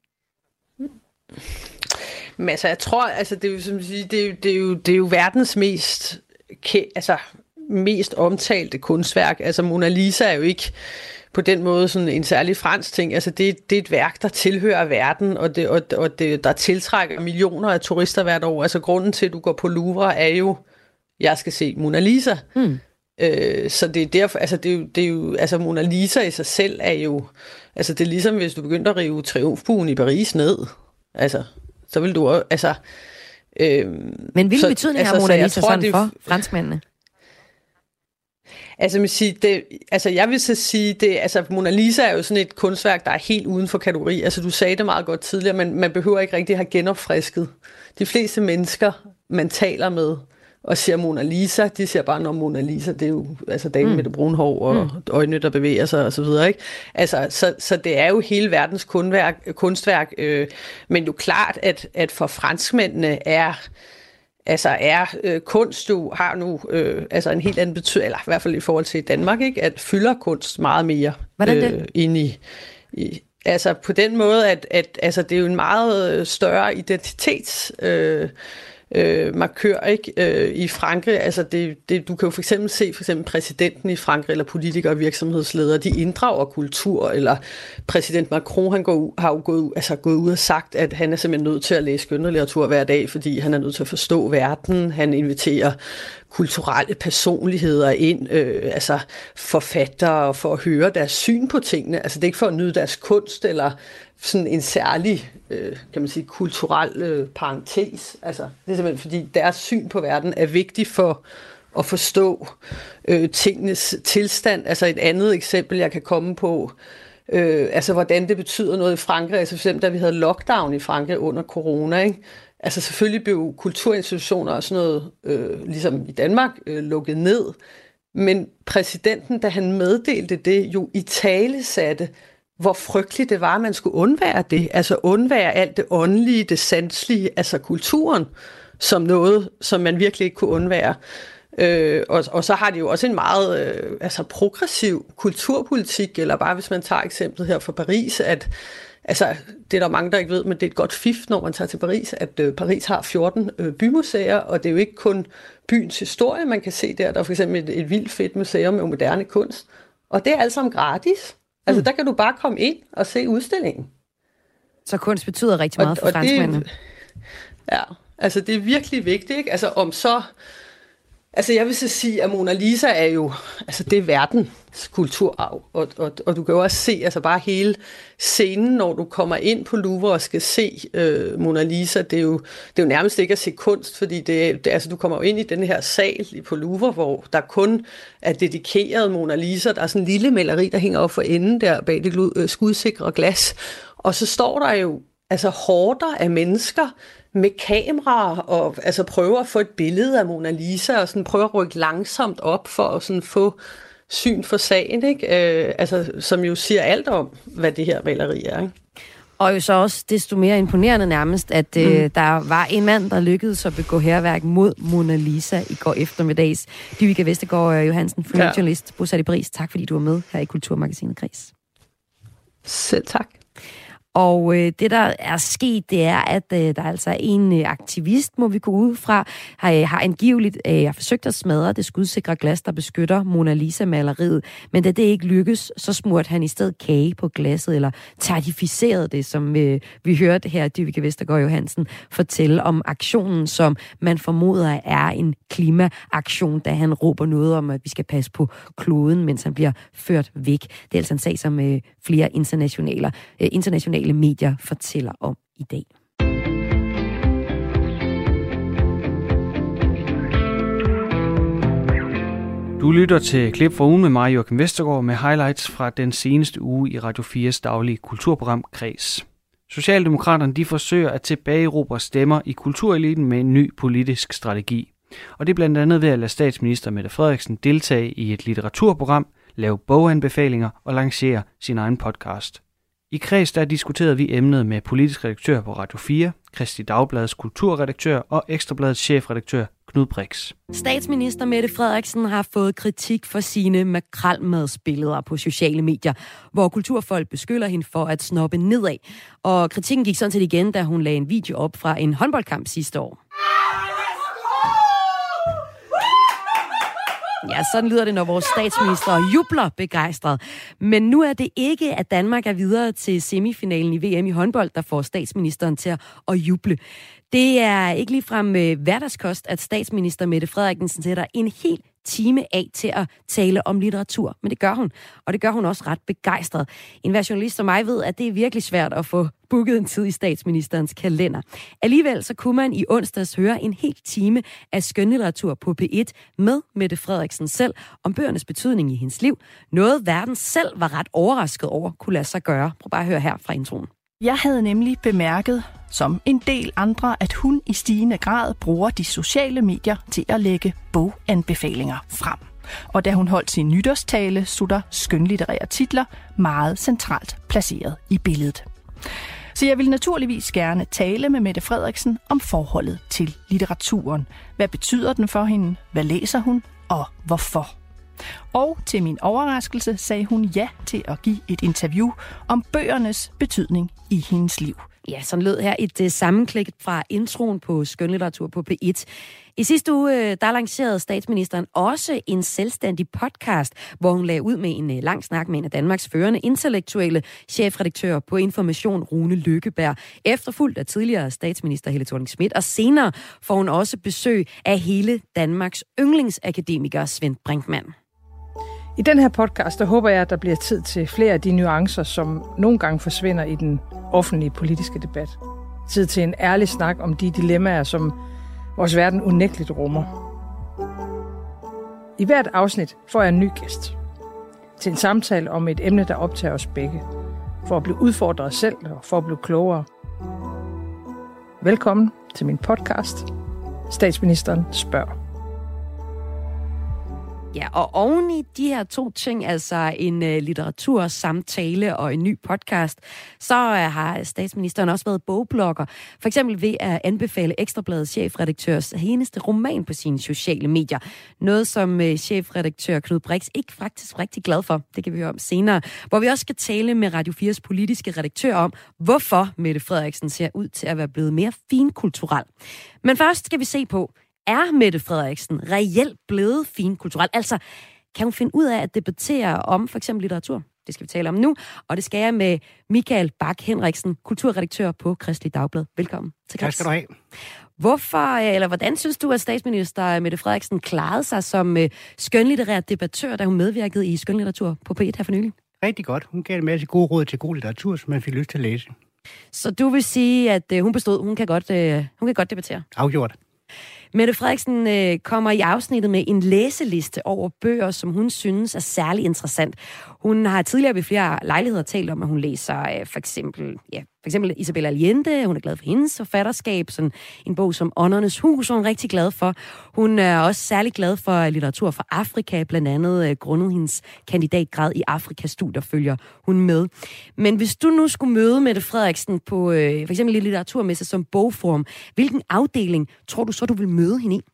Men altså, jeg tror, altså, det er jo, som sige, det er jo, det er jo, det er jo verdens mest, altså, mest omtalte kunstværk. Altså, Mona Lisa er jo ikke på den måde sådan en særlig fransk ting. Altså, det, det er et værk, der tilhører verden, og, det, og, og det, der tiltrækker millioner af turister hvert år. Altså, grunden til, at du går på Louvre, er jo, jeg skal se Mona Lisa. Hmm. Øh, så det er derfor, altså, det er jo, det er jo, altså, Mona Lisa i sig selv er jo, altså, det er ligesom, hvis du begyndte at rive Triumfbuen i Paris ned. Altså, så vil du også, altså... Øhm, Men hvilken betydning altså, har Mona Lisa tror, sådan det, for franskmændene? Altså, man siger, det, altså, jeg vil så sige, det, altså, Mona Lisa er jo sådan et kunstværk, der er helt uden for kategori. Altså, du sagde det meget godt tidligere, men man behøver ikke rigtig have genopfrisket. De fleste mennesker, man taler med og siger Mona Lisa, de siger bare, når Mona Lisa, det er jo altså damen mm. med det brune hår og mm. øjnene, der bevæger sig og så videre, ikke? Altså, så, så det er jo hele verdens kunstværk, kunstværk øh, men jo klart, at, at for franskmændene er, altså er øh, kunst, du har nu øh, altså en helt anden betydning, eller i hvert fald i forhold til Danmark, ikke? At fylder kunst meget mere øh, ind i, i, altså på den måde, at, at altså, det er jo en meget større identitets... Øh, øh, markør, ikke? Øh, I Frankrig, altså det, det, du kan jo for eksempel se for eksempel præsidenten i Frankrig, eller politikere og virksomhedsledere, de inddrager kultur, eller præsident Macron, han går, har jo gået, altså gået ud og sagt, at han er simpelthen nødt til at læse skønlitteratur hver dag, fordi han er nødt til at forstå verden. Han inviterer kulturelle personligheder ind, øh, altså forfattere, for at høre deres syn på tingene. Altså det er ikke for at nyde deres kunst, eller sådan en særlig, øh, kan man sige, kulturel øh, parentes. Altså det er simpelthen fordi deres syn på verden er vigtig for at forstå øh, tingenes tilstand. Altså et andet eksempel, jeg kan komme på, øh, altså hvordan det betyder noget i Frankrig. Altså for eksempel, da vi havde lockdown i Frankrig under corona, ikke? Altså selvfølgelig blev kulturinstitutioner og sådan noget, øh, ligesom i Danmark, øh, lukket ned. Men præsidenten, da han meddelte det, jo i tale satte, hvor frygteligt det var, at man skulle undvære det. Altså undvære alt det åndelige, det sanselige, altså kulturen, som noget, som man virkelig ikke kunne undvære. Øh, og, og så har de jo også en meget øh, altså progressiv kulturpolitik, eller bare hvis man tager eksemplet her fra Paris, at altså, det er der mange, der ikke ved, men det er et godt fif, når man tager til Paris, at øh, Paris har fjorten øh, bymuseer, og det er jo ikke kun byens historie, man kan se der. Der er for eksempel et, et vildt fedt museum med moderne kunst, og det er alt sammen gratis. Altså, mm. der kan du bare komme ind og se udstillingen. Så kunst betyder rigtig meget og, for franskmændene. Ja, altså det er virkelig vigtigt, ikke? Altså om så... Altså jeg vil så sige, at Mona Lisa er jo, altså det er verdens kulturarv, og, og, og du kan jo også se, altså bare hele scenen, når du kommer ind på Louvre og skal se øh, Mona Lisa, det er, jo, det er jo nærmest ikke at se kunst, fordi det, det, altså du kommer jo ind i den her sal på Louvre, hvor der kun er dedikeret Mona Lisa, der er sådan en lille maleri, der hænger op for enden der bag det øh, skudsikre glas, og så står der jo altså horder af mennesker, med kameraer og altså prøver at få et billede af Mona Lisa og sådan prøver at rykke langsomt op for at sådan få syn for sagen, ikke? Øh, altså, som jo siger alt om, hvad det her maleri er, ikke? Og jo så også desto mere imponerende nærmest, at mm. øh, der var en mand, der lykkedes at begå hærværk mod Mona Lisa i går eftermiddags. Dyvike Vestergaard Johansen, journalist, ja. bosat i Paris. Tak fordi du var med her i Kulturmagasinet Kreds. Selv tak. Og øh, det, der er sket, det er, at øh, der er altså en øh, aktivist, må vi gå ud fra, har, har angiveligt øh, forsøgt at smadre det skudsikre glas, der beskytter Mona Lisa-maleriet. Men da det ikke lykkes, så smurte han i stedet kage på glasset, eller certificerede det, som øh, vi hørte her, Dyvike Vestergaard Johansen fortælle om aktionen, som man formoder er en klimaaktion, da han råber noget om, at vi skal passe på kloden, mens han bliver ført væk. Det er altså en sag, som øh, flere internationale, øh, internationale medier fortæller om i dag. Du lytter til klip fra ugen med mig, Joachim Vestergaard, med highlights fra den seneste uge i Radio fires daglige kulturprogram Kreds. Socialdemokraterne de forsøger at tilbageerobre stemmer i kultureliten med en ny politisk strategi. Og det er blandt andet ved at lade statsminister Mette Frederiksen deltage i et litteraturprogram, lave boganbefalinger og lancere sin egen podcast. I Kreds der diskuterede vi emnet med politisk redaktør på Radio fire, Kristeligt Dagbladets kulturredaktør og Ekstrabladets chefredaktør Knud Brix. Statsminister Mette Frederiksen har fået kritik for sine makrelmadsbilleder på sociale medier, hvor kulturfolk beskylder hende for at snoppe nedad. Og kritikken gik sådan set igen, da hun lagde en video op fra en håndboldkamp sidste år. Ja, sådan lyder det, når vores statsminister jubler begejstret. Men nu er det ikke, at Danmark er videre til semifinalen i V M i håndbold, der får statsministeren til at juble. Det er ikke ligefrem hverdagskost, at statsminister Mette Frederiksen sætter en hel time af til at tale om litteratur. Men det gør hun, og det gør hun også ret begejstret. En hver journalist som mig ved, at det er virkelig svært at få booket en tid i statsministerens kalender. Alligevel så kunne man i onsdags høre en hel time af skønlitteratur på P et med Mette Frederiksen selv om bøgernes betydning i hendes liv. Noget verden selv var ret overrasket over kunne lade sig gøre. Prøv bare at høre her fra introen. Jeg havde nemlig bemærket, som en del andre, at hun i stigende grad bruger de sociale medier til at lægge boganbefalinger frem. Og da hun holdt sin nytårstale, stod der skønlitterære titler meget centralt placeret i billedet. Så jeg vil naturligvis gerne tale med Mette Frederiksen om forholdet til litteraturen. Hvad betyder den for hende? Hvad læser hun? Og hvorfor? Og til min overraskelse sagde hun ja til at give et interview om bøgernes betydning i hendes liv. Ja, sådan lød her et uh, sammenklik fra introen på Skønlitteratur på P et. I sidste uge, uh, der lancerede statsministeren også en selvstændig podcast, hvor hun lagde ud med en uh, lang snak med en af Danmarks førende intellektuelle chefredaktør på Information, Rune Lykkeberg, efterfulgt af tidligere statsminister Helle Thorning-Schmidt, og senere får hun også besøg af hele Danmarks yndlingsakademiker Svend Brinkmann. I den her podcast, der håber jeg, at der bliver tid til flere af de nuancer, som nogle gange forsvinder i den offentlige politiske debat. Tid til en ærlig snak om de dilemmaer, som vores verden unægteligt rummer. I hvert afsnit får jeg en ny gæst til en samtale om et emne, der optager os begge. For at blive udfordret selv og for at blive klogere. Velkommen til min podcast. Statsministeren spørger. Ja, og oven i de her to ting, altså en uh, litteratursamtale og en ny podcast, så uh, har statsministeren også været bogblogger. For eksempel ved at anbefale Ekstrabladets chefredaktørs seneste roman på sine sociale medier. Noget, som uh, chefredaktør Knud Brix ikke faktisk rigtig glad for. Det kan vi høre om senere. Hvor vi også skal tale med Radio fires politiske redaktør om, hvorfor Mette Frederiksen ser ud til at være blevet mere finkulturel. Men først skal vi se på, er Mette Frederiksen reelt blevet finkulturel? Altså, kan hun finde ud af at debattere om for eksempel litteratur? Det skal vi tale om nu, og det skal jeg med Michael Bak Henriksen, kulturredaktør på Kristelig Dagblad. Velkommen til Kreds. Tak skal du have. Hvorfor, eller hvordan synes du, at statsminister Mette Frederiksen klarede sig som skønlitterær debattør, da hun medvirkede i skønlitteratur på P et her for nylig? Rigtig godt. Hun gav en masse gode råd til god litteratur, som man fik lyst til at læse. Så du vil sige, at hun bestod, hun kan godt, hun kan godt debattere? Afgjort. Mette Frederiksen øh, kommer i afsnittet med en læseliste over bøger, som hun synes er særlig interessant. Hun har tidligere ved flere lejligheder talt om, at hun læser øh, for eksempel, ja, for eksempel Isabella Allende. Hun er glad for hendes forfatterskab. Sådan en bog som Åndernes Hus, hun er rigtig glad for. Hun er også særlig glad for litteratur fra Afrika, blandt andet øh, grundet hendes kandidatgrad i Afrikastudier følger hun med. Men hvis du nu skulle møde Mette Frederiksen på øh, for eksempel litteraturmesse som Bogforum, hvilken afdeling tror du så, du vil møde hende i?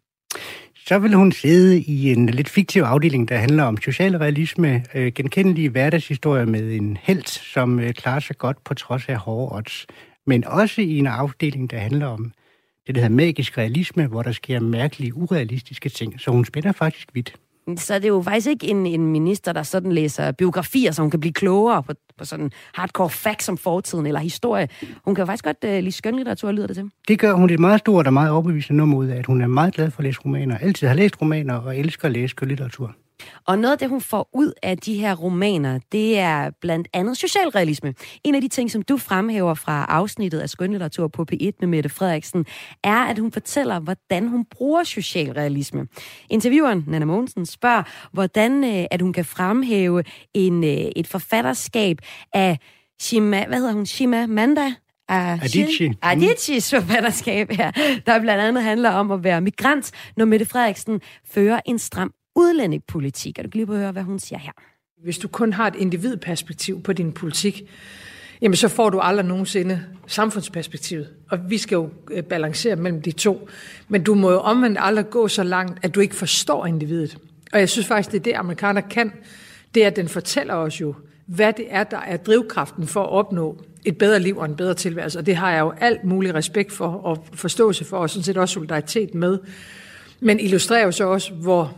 Så vil hun sidde i en lidt fiktiv afdeling, der handler om socialrealisme, øh, genkendelige hverdagshistorier med en helt, som øh, klarer sig godt på trods af hårde odds. Men også i en afdeling, der handler om det, der hedder magisk realisme, hvor der sker mærkelige, urealistiske ting. Så hun spænder faktisk vidt. Så det er jo faktisk ikke en, en minister, der sådan læser biografier, så hun kan blive klogere på, på sådan hardcore facts om fortiden eller historie. Hun kan jo faktisk godt uh, lide skønlitteratur, lyder det til. Det gør hun et meget stort og meget overbevisende nummer ud af, at hun er meget glad for at læse romaner. Altid har læst romaner og elsker at læse skønlitteratur. Og noget af det, hun får ud af de her romaner, det er blandt andet socialrealisme. En af de ting, som du fremhæver fra afsnittet af skønlitteratur på P et med Mette Frederiksen, er, at hun fortæller, hvordan hun bruger socialrealisme. Intervieweren, Nanna Mogensen, spørger, hvordan at hun kan fremhæve en, et forfatterskab af Shima, hvad hedder hun, Chimamanda? Adichie. Adichies forfatterskab her, der blandt andet handler om at være migrant, når Mette Frederiksen fører en stram udlændingepolitik. Og du kan lige prøve at høre, hvad hun siger her. Hvis du kun har et individperspektiv på din politik, jamen så får du aldrig nogensinde samfundsperspektivet. Og vi skal jo balancere mellem de to. Men du må jo omvendt aldrig gå så langt, at du ikke forstår individet. Og jeg synes faktisk, det er det, amerikaner kan. Det er, at den fortæller os jo, hvad det er, der er drivkraften for at opnå et bedre liv og en bedre tilværelse. Og det har jeg jo alt mulig respekt for og forståelse for, og sådan set også solidaritet med. Men illustrerer jo så også, hvor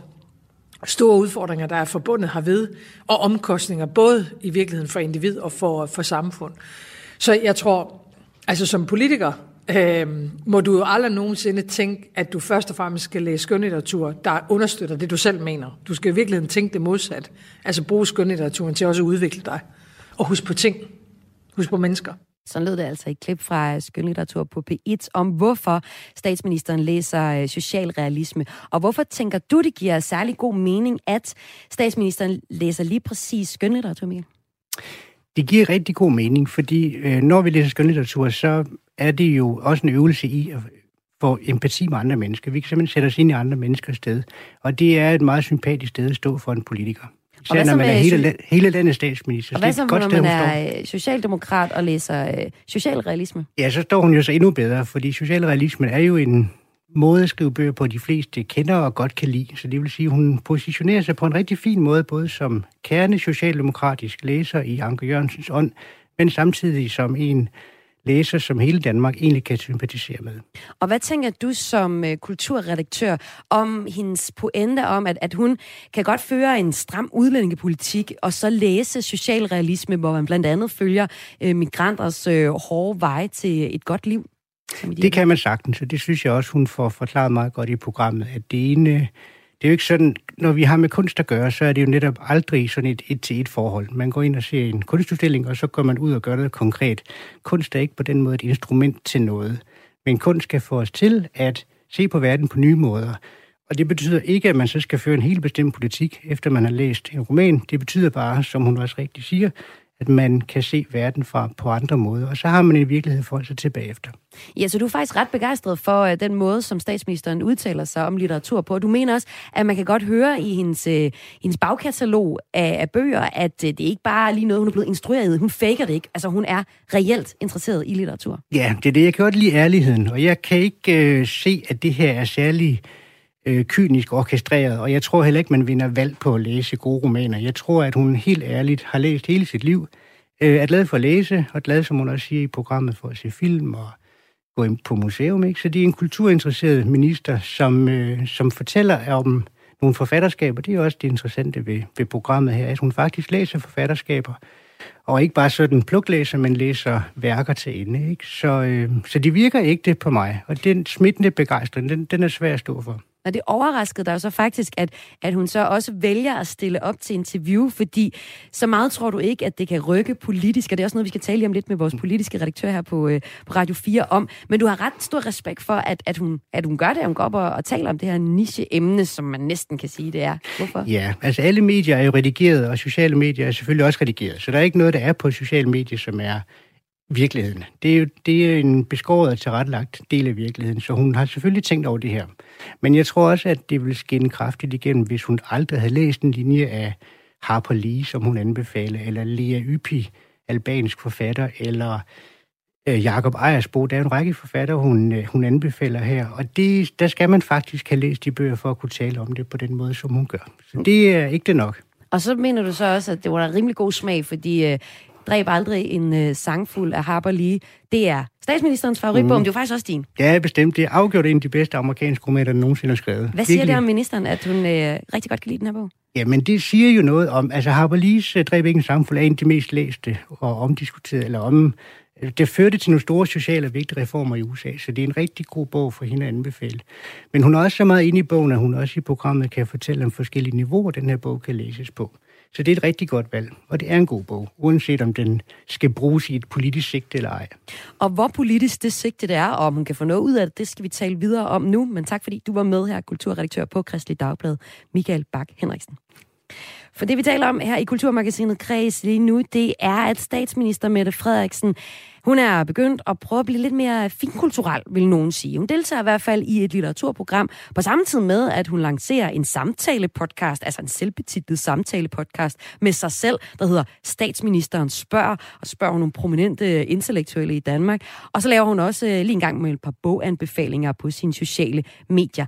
store udfordringer, der er forbundet herved, og omkostninger, både i virkeligheden for individ og for, for samfund. Så jeg tror, altså som politiker, øh, må du jo aldrig nogensinde tænke, at du først og fremmest skal læse skønlitteratur, der understøtter det, du selv mener. Du skal i virkeligheden tænke det modsat. Altså bruge skønlitteraturen til også at udvikle dig. Og husk på ting. Husk på mennesker. Så lød det altså et klip fra skønlitteratur på P et om, hvorfor statsministeren læser socialrealisme. Og hvorfor tænker du, det giver særlig god mening, at statsministeren læser lige præcis skønlitteratur, Michael? Det giver rigtig god mening, fordi øh, når vi læser skønlitteratur, så er det jo også en øvelse i at få empati med andre mennesker. Vi kan simpelthen sætte os ind i andre menneskers sted. Og det er et meget sympatisk sted at stå for en politiker. Især når man er hele, hele landets statsminister. Og hvad så, når man er socialdemokrat og læser øh, socialrealisme? Ja, så står hun jo så endnu bedre, fordi socialrealismen er jo en måde at skrive bøger på, de fleste kender og godt kan lide. Så det vil sige, at hun positionerer sig på en rigtig fin måde, både som kerne socialdemokratisk læser i Anker Jørgensens ånd, men samtidig som en, læser, som hele Danmark egentlig kan sympatisere med. Og hvad tænker du som uh, kulturredaktør om hendes pointe om, at, at hun kan godt føre en stram udlændingepolitik, og så læse socialrealisme, hvor man blandt andet følger uh, migranters uh, hårde veje til et godt liv? Det kan man sagtens, og det synes jeg også, hun får forklaret meget godt i programmet, at det ene... Det er jo ikke sådan, når vi har med kunst at gøre, så er det jo netop aldrig sådan et et-til-et forhold. Man går ind og ser en kunstudstilling, og så går man ud og gør noget konkret. Kunst er ikke på den måde et instrument til noget. Men kunst skal få os til at se på verden på nye måder. Og det betyder ikke, at man så skal føre en helt bestemt politik, efter man har læst en roman. Det betyder bare, som hun også rigtig siger, at man kan se verden fra på andre måder, og så har man i virkelighed forhold sig tilbage efter. Ja, så du er faktisk ret begejstret for uh, den måde, som statsministeren udtaler sig om litteratur på. Du mener også, at man kan godt høre i hendes, uh, hendes bagkatalog af, af bøger, at uh, det ikke bare er lige noget, hun er blevet instrueret i. Hun faker det ikke. Altså, hun er reelt interesseret i litteratur. Ja, det er det. Jeg kan godt lide ærligheden, og jeg kan ikke uh, se, at det her er særlig øh, kynisk orkestreret, og jeg tror heller ikke, man vinder valg på at læse gode romaner. Jeg tror, at hun helt ærligt har læst hele sit liv, øh, er glad for at læse, og glad, som hun også siger i programmet, for at se film og gå ind på museum. Ikke? Så det er en kulturinteresseret minister, som, øh, som fortæller om nogle forfatterskaber. Det er også det interessante ved, ved programmet her, at hun faktisk læser forfatterskaber, og ikke bare sådan pluklæser, men læser værker til ende. Ikke? Så, øh, så det virker ægte på mig, og den smittende begejstring, den, den er svær at stå for. Og det overraskede dig jo så faktisk, at, at hun så også vælger at stille op til interview, fordi så meget tror du ikke, at det kan rykke politisk, og det er også noget, vi skal tale om lidt med vores politiske redaktør her på, øh, på Radio fire om. Men du har ret stor respekt for, at, at, hun, at hun gør det, at hun går op og, og taler om det her niche-emne, som man næsten kan sige, det er. Hvorfor? Ja, altså alle medier er jo redigeret, og sociale medier er selvfølgelig også redigeret. Så der er ikke noget, der er på sociale medier, som er virkeligheden. Det er jo det er en beskåret og tilrettelagt del af virkeligheden, så hun har selvfølgelig tænkt over det her. Men jeg tror også, at det vil skinne kraftigt igennem, hvis hun aldrig havde læst en linje af Harper Lee, som hun anbefaler, eller Lea Ypi, albansk forfatter, eller øh, Jakob Ejersbo. Der er en række forfatter, hun, øh, hun anbefaler her, og det, der skal man faktisk have læst de bøger for at kunne tale om det på den måde, som hun gør. Så det er ikke det nok. Og så mener du så også, at det var en rimelig god smag, fordi øh, Dræb aldrig en øh, sangfuld af Harper Lee. Det er statsministerens favoritbog, mm. det er faktisk også din. Ja, bestemt. Det er afgjort en af de bedste amerikanske romaner, der nogensinde har skrevet. Hvad siger Virkelig? Det om ministeren, at hun øh, rigtig godt kan lide den her bog? Jamen, det siger jo noget om, altså Harper Lees uh, Dræb ikke en sangfuld er en af de mest læste og omdiskuterede, eller om, det førte til nogle store sociale og vigtige reformer i U S A, så det er en rigtig god bog for hende at anbefale. Men hun er også så meget inde i bogen, at hun også i programmet kan fortælle om forskellige niveauer, den her bog kan læses på. Så det er et rigtig godt valg, og det er en god bog, uanset om den skal bruges i et politisk sigte eller ej. Og hvor politisk det sigte det er, og om hun kan få noget ud af det, det skal vi tale videre om nu. Men tak fordi du var med her, kulturredaktør på Kristeligt Dagblad, Michael Bach Henriksen. For det vi taler om her i Kulturmagasinet Kreds lige nu, det er, at statsminister Mette Frederiksen, hun er begyndt at prøve at blive lidt mere finkulturel, vil nogen sige. Hun deltager i hvert fald i et litteraturprogram, på samme tid med, at hun lancerer en samtale-podcast, altså en selvbetitlet samtale-podcast med sig selv, der hedder Statsministeren spørger, og spørger nogle prominente intellektuelle i Danmark. Og så laver hun også lige en gang med et par boganbefalinger på sine sociale medier.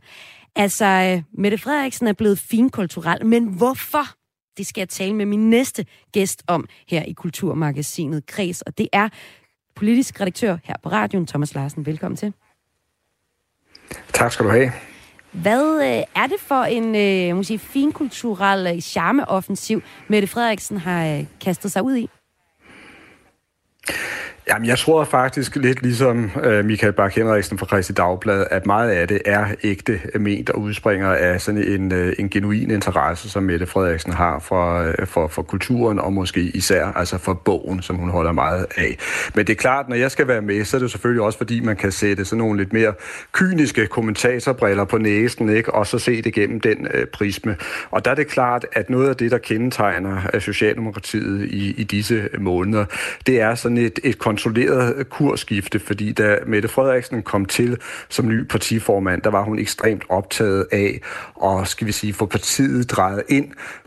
Altså, Mette Frederiksen er blevet finkulturel, men hvorfor? Det skal jeg tale med min næste gæst om her i Kulturmagasinet Kreds, og det er politisk redaktør her på radioen, Thomas Larsen. Velkommen til. Tak skal du have. Hvad øh, er det for en øh, måske finkulturel øh, charmeoffensiv, Mette Frederiksen har øh, kastet sig ud i? Jamen, jeg tror faktisk lidt ligesom øh, Michael Bach Henriksen fra Kristeligt Dagblad, at meget af det er ægte ment og udspringer af sådan en, øh, en genuin interesse, som Mette Frederiksen har for, øh, for, for kulturen, og måske især altså for bogen, som hun holder meget af. Men det er klart, når jeg skal være med, så er det selvfølgelig også, fordi man kan sætte sådan nogle lidt mere kyniske kommentatorbriller på næsen, ikke? Og så se det gennem den øh, prisme. Og der er det klart, at noget af det, der kendetegner Socialdemokratiet i, i disse måneder, det er sådan et, et kontrolleret kursskifte, fordi da Mette Frederiksen kom til som ny partiformand, der var hun ekstremt optaget af at, skal vi sige, få partiet drejet ind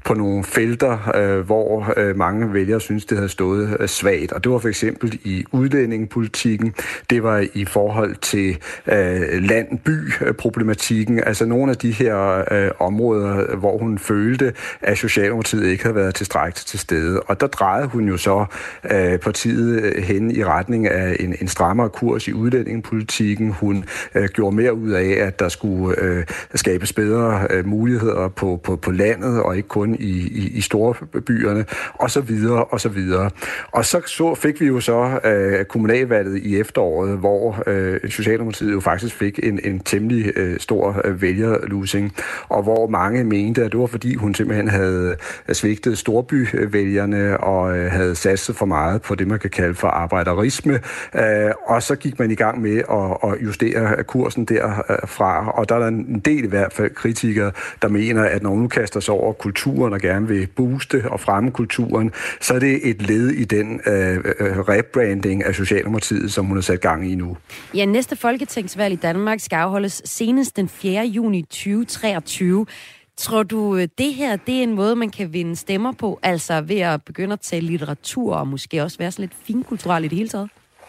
på nogle felter, øh, hvor øh, mange vælgere synes, det havde stået øh, svagt. Og det var for eksempel i udlændingepolitikken, det var i forhold til øh, land-by-problematikken, altså nogle af de her øh, områder, hvor hun følte, at Socialdemokratiet ikke havde været tilstrækkeligt til stede. Og der drejede hun jo så øh, partiet hen i retning af en, en strammere kurs i udlændingepolitikken. Hun øh, gjorde mere ud af, at der skulle øh, skabes bedre øh, muligheder på, på, på landet, og ikke kun i, i, i store byerne, og så videre, og så videre. Og så, så fik vi jo så øh, kommunalvalget i efteråret, hvor øh, Socialdemokratiet jo faktisk fik en, en temmelig øh, stor øh, vælgerlusing, og hvor mange mente, at det var fordi hun simpelthen havde svigtet storbyvælgerne og øh, havde satset for meget på det, man kan kalde for arbejderisme, øh, og så gik man i gang med at, at justere kursen derfra, og der er en del i hvert fald kritikere, der mener, at når hun nu kaster sig over kulturen og gerne vil booste og fremme kulturen, så er det et led i den øh, rebranding af Socialdemokratiet, som hun har sat gang i nu. Ja, næste folketingsvalg i Danmark skal afholdes senest den fjerde juni tyve treogtyve. Tror du, det her det er en måde, man kan vinde stemmer på, altså ved at begynde at tale litteratur og måske også være så lidt finkulturelt i det hele taget?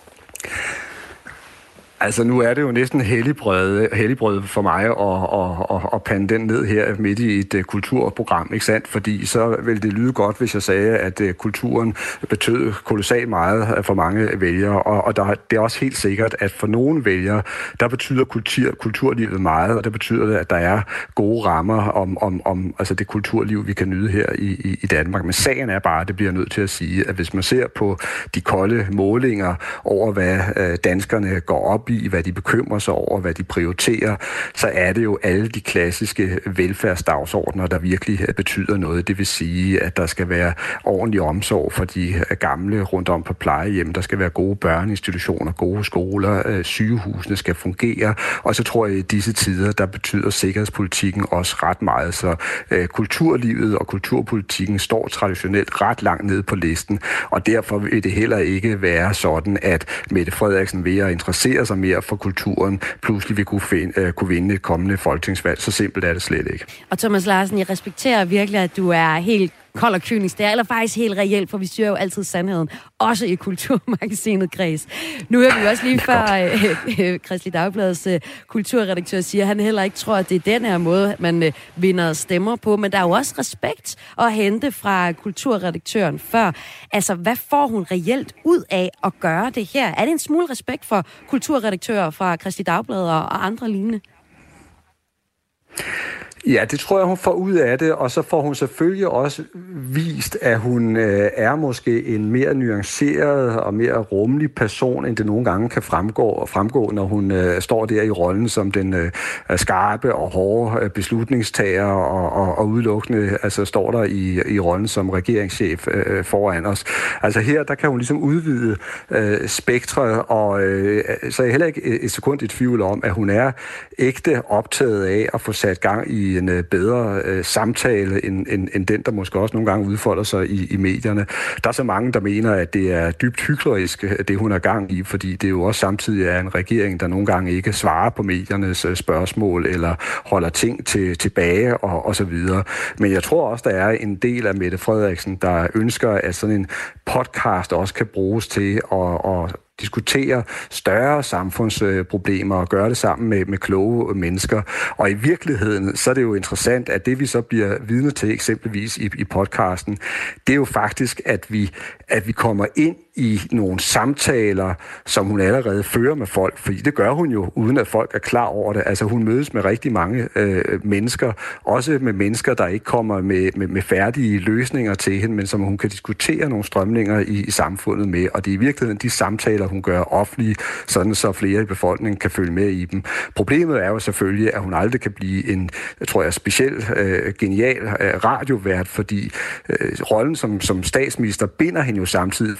Altså, nu er det jo næsten helligbrød, helligbrød for mig at, at, at, at pande den ned her midt i et uh, kulturprogram, ikke sandt? Fordi så ville det lyde godt, hvis jeg sagde, at uh, kulturen betød kolossalt meget for mange vælgere, og, og der, det er også helt sikkert, at for nogle vælgere, der betyder kultur, kulturlivet meget, og det betyder, at der er gode rammer om, om, om altså det kulturliv, vi kan nyde her i, i, i Danmark. Men sagen er bare, at det bliver nødt til at sige, at hvis man ser på de kolde målinger over, hvad uh, danskerne går op i, hvad de bekymrer sig over, hvad de prioriterer, så er det jo alle de klassiske velfærdsdagsordner, der virkelig betyder noget. Det vil sige, at der skal være ordentlig omsorg for de gamle rundt om på plejehjem, der skal være gode børneinstitutioner, gode skoler, sygehusene skal fungere, og så tror jeg, at i disse tider, der betyder sikkerhedspolitikken også ret meget. Så øh, kulturlivet og kulturpolitikken står traditionelt ret langt nede på listen, og derfor vil det heller ikke være sådan, at Mette Frederiksen ved at interessere sig mere for kulturen, pludselig vil kunne, finde, uh, kunne vinde et kommende folketingsvalg. Så simpelt er det slet ikke. Og Thomas Larsen, jeg respekterer virkelig, at du er helt kold og kynisk der, eller faktisk helt reelt, for vi styrer jo altid sandheden, også i Kulturmagasinet Græs. Nu hører vi også lige før øh, øh, Kristeligt Dagbladets øh, kulturredaktør siger, at han heller ikke tror, at det er den her måde, man øh, vinder stemmer på, men der er jo også respekt at hente fra kulturredaktøren før. Altså, hvad får hun reelt ud af at gøre det her? Er det en smule respekt for kulturredaktører fra Kristeligt Dagblad og andre lignende? Ja, det tror jeg, hun får ud af det, og så får hun selvfølgelig også vist, at hun øh, er måske en mere nuanceret og mere rummelig person, end det nogle gange kan fremgå, fremgå når hun øh, står der i rollen som den øh, skarpe og hårde øh, beslutningstager og, og, og udelukkende altså står der i, i rollen som regeringschef øh, foran os. Altså her, der kan hun ligesom udvide øh, spektret, og øh, så er jeg heller ikke et sekund i tvivl om, at hun er ægte optaget af at få sat gang i en bedre øh, samtale, end, end, end den, der måske også nogle gange udfolder sig i, i medierne. Der er så mange, der mener, at det er dybt hyklerisk, det hun er gang i, fordi det jo også samtidig er en regering, der nogle gange ikke svarer på mediernes øh, spørgsmål, eller holder ting til, tilbage, og, og så videre. Men jeg tror også, der er en del af Mette Frederiksen, der ønsker, at sådan en podcast også kan bruges til at, at diskutere større samfundsproblemer og gøre det sammen med, med kloge mennesker. Og i virkeligheden, så er det jo interessant, at det vi så bliver vidne til eksempelvis i, i podcasten, det er jo faktisk, at vi, at vi kommer ind i nogle samtaler, som hun allerede fører med folk, fordi det gør hun jo, uden at folk er klar over det. Altså hun mødes med rigtig mange øh, mennesker, også med mennesker, der ikke kommer med, med, med færdige løsninger til hende, men som hun kan diskutere nogle strømninger i, i samfundet med, og det er i virkeligheden de samtaler, hun gør offentlige, sådan så flere i befolkningen kan følge med i dem. Problemet er jo selvfølgelig, at hun aldrig kan blive en, jeg tror jeg, speciel, øh, genial øh, radiovært, fordi øh, rollen som, som statsminister binder hende jo samtidig, fordi hvis hun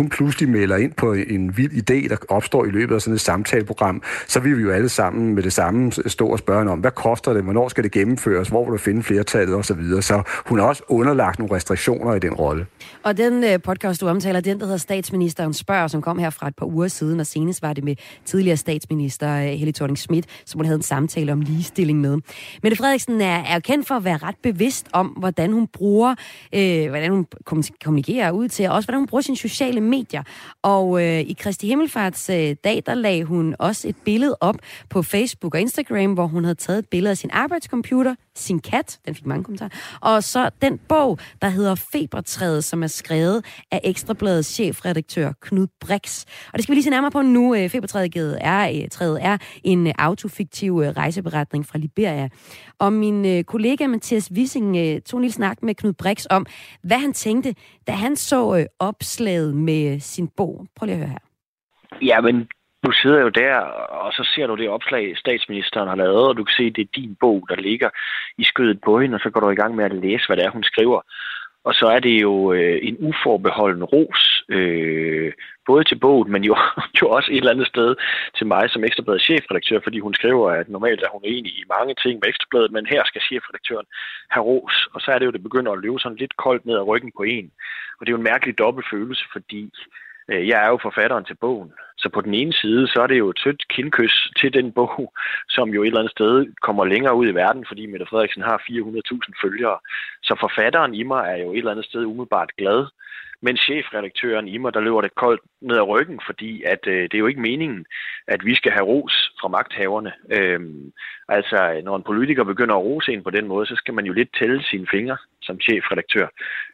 hun pludselig melder ind på en vild idé, der opstår i løbet af sådan et samtaleprogram, så vil vi jo alle sammen med det samme stå og spørge om, hvad koster det, hvornår skal det gennemføres, hvor vil du finde flertallet osv. Så, så hun har også underlagt nogle restriktioner i den rolle. Og den podcast, du omtaler, den der hedder Statsministeren spørger, som kom her fra et par uger siden, og senest var det med tidligere statsminister Helle Thorning-Schmidt, som hun havde en samtale om ligestilling med. Mette Frederiksen er, er jo kendt for at være ret bevidst om, hvordan hun bruger, øh, hvordan hun kommunikerer ud til, og også hvordan hun bruger sine sociale medier. Og øh, i Kristi Himmelfarts øh, dag, der lagde hun også et billede op på Facebook og Instagram, hvor hun havde taget et billede af sin arbejdscomputer, sin kat, den fik mange kommentarer, og så den bog, der hedder Febertræet, som er skrevet af Ekstrabladets chefredaktør Knud Brix. Og det skal vi lige se nærmere på nu. Febertræet er, træet er en autofiktiv rejseberetning fra Liberia. Og min kollega Mathias Wissing tog en lille snak med Knud Brix om, hvad han tænkte, da han så opslaget med sin bog. Prøv lige at høre her. Ja, men du sidder jo der, og så ser du det opslag, statsministeren har lavet, og du kan se, at det er din bog, der ligger i skødet på hende, og så går du i gang med at læse, hvad det er, hun skriver. Og så er det jo øh, en uforbeholden ros, øh, både til bogen, men jo, jo også et eller andet sted til mig som Ekstrabladets chefredaktør, fordi hun skriver, at normalt er hun enig i mange ting med Ekstrabladet, men her skal chefredaktøren have ros. Og så er det jo, det begynder at løbe sådan lidt koldt ned ad ryggen på en. Og det er jo en mærkelig dobbelt følelse, fordi øh, jeg er jo forfatteren til bogen. Så på den ene side, så er det jo et tødt kindkys til den bog, som jo et eller andet sted kommer længere ud i verden, fordi Mette Frederiksen har fire hundrede tusind følgere. Så forfatteren i mig er jo et eller andet sted umiddelbart glad. Men chefredaktøren i mig, der løber det koldt ned ad ryggen, fordi at øh, det er jo ikke meningen, at vi skal have ros fra magthaverne. Øhm, altså, når en politiker begynder at rose en på den måde, så skal man jo lidt tælle sine fingre som chefredaktør.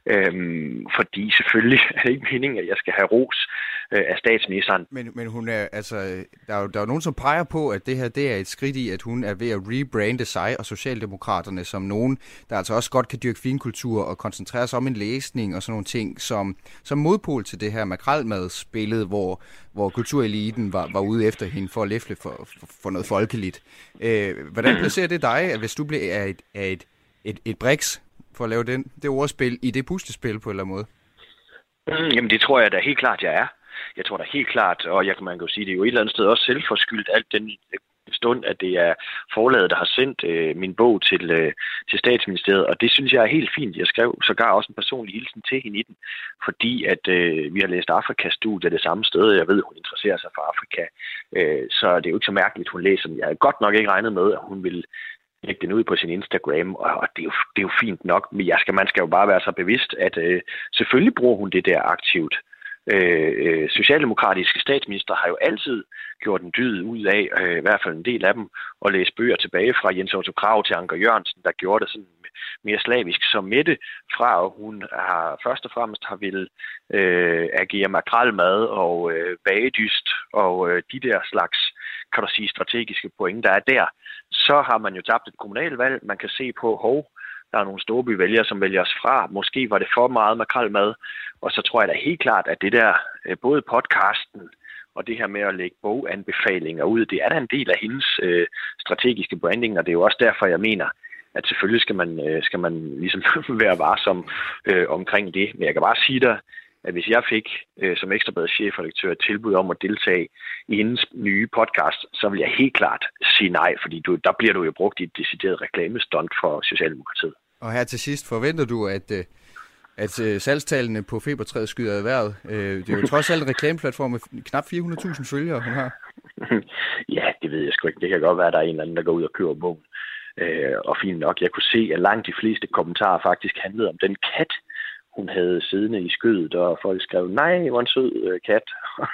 Øhm, fordi selvfølgelig er det ikke meningen, at jeg skal have ros øh, af statsministeren. Men, men hun er, altså, der er jo der er nogen, som peger på, at det her det er et skridt i, at hun er ved at rebrande sig og Socialdemokraterne som nogen, der altså også godt kan dyrke finkultur og koncentrere sig om en læsning og sådan nogle ting, som, som modpol til det her makrelmadsbillede, hvor, hvor kultureliten var, var ude efter hende for at læfle for, for, for noget folkeligt. Øh, hvordan placerer det dig, at hvis du bliver af et, af et, et, et briks for at lave den, det ordspil i det puslespil på en eller anden måde? Mm, jamen det tror jeg da helt klart, jeg er. Jeg tror da helt klart, og jeg kan man kan jo sige, det er jo et eller andet sted også selvforskyldt, alt den stund, at det er forlaget, der har sendt øh, min bog til, øh, til statsministeriet, og det synes jeg er helt fint. Jeg skrev sågar også en personlig hilsen til hende i den, fordi at øh, vi har læst Afrika-studiet det samme sted, jeg ved, hun interesserer sig for Afrika, øh, så det er jo ikke så mærkeligt, hun læser den. Jeg havde godt nok ikke regnet med, at hun ville lægge den ud på sin Instagram, og det er jo, det er jo fint nok, men jeg skal, man skal jo bare være så bevidst, at øh, selvfølgelig bruger hun det der aktivt. Øh, socialdemokratiske statsminister har jo altid gjort en dyd ud af, øh, i hvert fald en del af dem, at læse bøger tilbage fra Jens Otto Krag til Anker Jørgensen, der gjorde det sådan mere slavisk som Mette, fra at hun har først og fremmest har ville øh, agere makrelmad og øh, bagedyst og øh, de der slags, kan du sige, strategiske point, der er der. Så har man jo tabt et kommunalvalg. Man kan se på, hov, der er nogle storbyvælgere, som vælger os fra. Måske var det for meget makrelmad. Og så tror jeg da helt klart, at det der, både podcasten og det her med at lægge boganbefalinger ud, det er da en del af hendes øh, strategiske branding, og det er jo også derfor, jeg mener, at selvfølgelig skal man, øh, skal man ligesom være varsom øh, omkring det. Men jeg kan bare sige dig, at hvis jeg fik øh, som Ekstrabladets chefredaktør et tilbud om at deltage i hendes nye podcast, så vil jeg helt klart sige nej, fordi du, der bliver du jo brugt i et decideret reklamestunt for Socialdemokratiet. Og her til sidst, forventer du, at, at salgstallene på Febertræet skyder i vejret? Det er jo trods alt en reklameplatform med knap fire hundrede tusind følgere, hun har. Ja, det ved jeg sgu ikke. Det kan godt være, at der er en eller anden, der går ud og køber bogen. Og fint nok, jeg kunne se, at langt de fleste kommentarer faktisk handlede om den kat, hun havde siddende i skødet, og folk skrev, nej, hvor en sød øh, kat.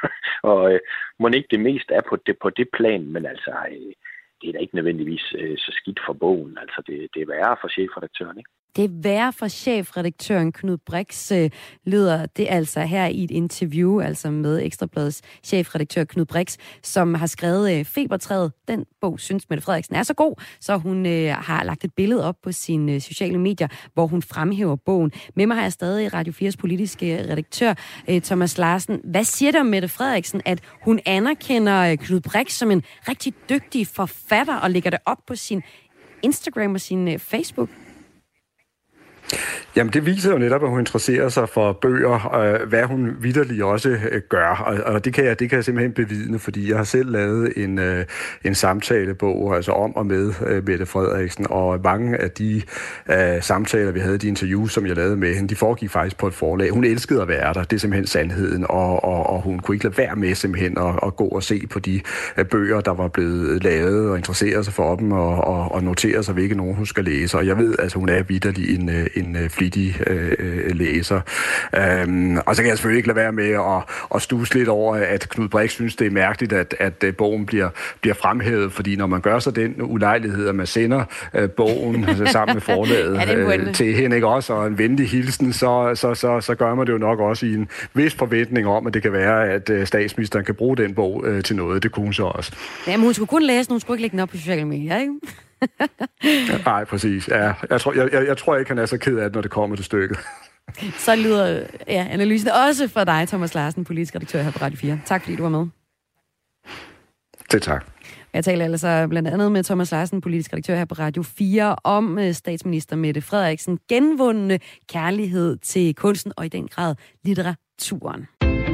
og øh, må ikke det mest er på det, på det plan, men altså, øh, det er da ikke nødvendigvis øh, så skidt for bogen. Altså, det, det er værre for chefredaktøren, ikke? Det er værre for chefredaktøren Knud Brix, øh, lyder det altså her i et interview, altså med Ekstrabladets chefredaktør Knud Brix, som har skrevet øh, Febertræet. Den bog synes Mette Frederiksen er så god, så hun øh, har lagt et billede op på sine øh, sociale medier, hvor hun fremhæver bogen. Med mig har jeg stadig Radio fires politiske redaktør, øh, Thomas Larsen. Hvad siger det om Mette Frederiksen, at hun anerkender øh, Knud Brix som en rigtig dygtig forfatter og lægger det op på sin Instagram og sin øh, Facebook? Jamen, det viser jo netop, at hun interesserer sig for bøger, og hvad hun vitterligt også gør. Og, og det, kan jeg, det kan jeg simpelthen bevidne, fordi jeg har selv lavet en, en samtalebog altså om og med Mette Frederiksen, og mange af de uh, samtaler, vi havde, de interviews, som jeg lavede med hende, de foregik faktisk på et forlag. Hun elskede at være der, det er simpelthen sandheden, og, og, og hun kunne ikke lade være med simpelthen at, at gå og se på de uh, bøger, der var blevet lavet, og interessere sig for dem, og, og, og notere sig, hvilke nogen hun skal læse. Og jeg ved, at altså, hun er vitterligt en, en flittig øh, læser. Øhm, og så kan jeg selvfølgelig ikke lade være med at, at stuse lidt over, at Knud Brix synes, det er mærkeligt, at, at bogen bliver, bliver fremhævet, fordi når man gør så den ulejlighed, at man sender øh, bogen altså, sammen med forlaget øh, til hende, ikke også, og en venlig hilsen, så, så, så, så gør man det jo nok også i en vis forventning om, at det kan være, at øh, statsministeren kan bruge den bog øh, til noget. Det kunne hun så også. Jamen, hun skulle kun læse, hun skulle ikke lægge den op på sociale medier, ikke? Nej, præcis. Ja, jeg, tror, jeg, jeg, jeg tror ikke, han er så ked af det, når det kommer til stykket. Så lyder ja, analysen også for dig, Thomas Larsen, politisk redaktør her på Radio fire. Tak fordi du var med. Det tak. Jeg taler altså blandt andet med Thomas Larsen, politisk redaktør her på Radio fire, om statsminister Mette Frederiksen genvundne kærlighed til kunsten og i den grad litteraturen.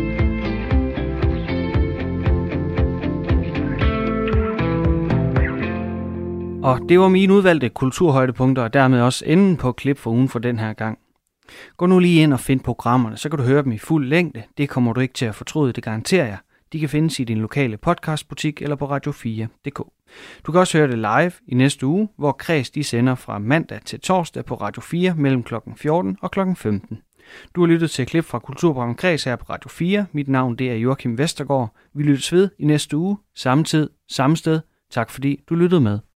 Og det var mine udvalgte kulturhøjdepunkter, og dermed også enden på klip for ugen for den her gang. Gå nu lige ind og find programmerne, så kan du høre dem i fuld længde. Det kommer du ikke til at fortryde, det garanterer jeg. De kan findes i din lokale podcastbutik eller på radio fire punktum d k. Du kan også høre det live i næste uge, hvor Kreds de sender fra mandag til torsdag på Radio fire mellem klokken fjorten og klokken femten. Du har lyttet til klip fra Kulturprogrammet Kreds her på Radio fire. Mit navn det er Joachim Vestergaard. Vi lyttes ved i næste uge, samme tid, samme sted. Tak fordi du lyttede med.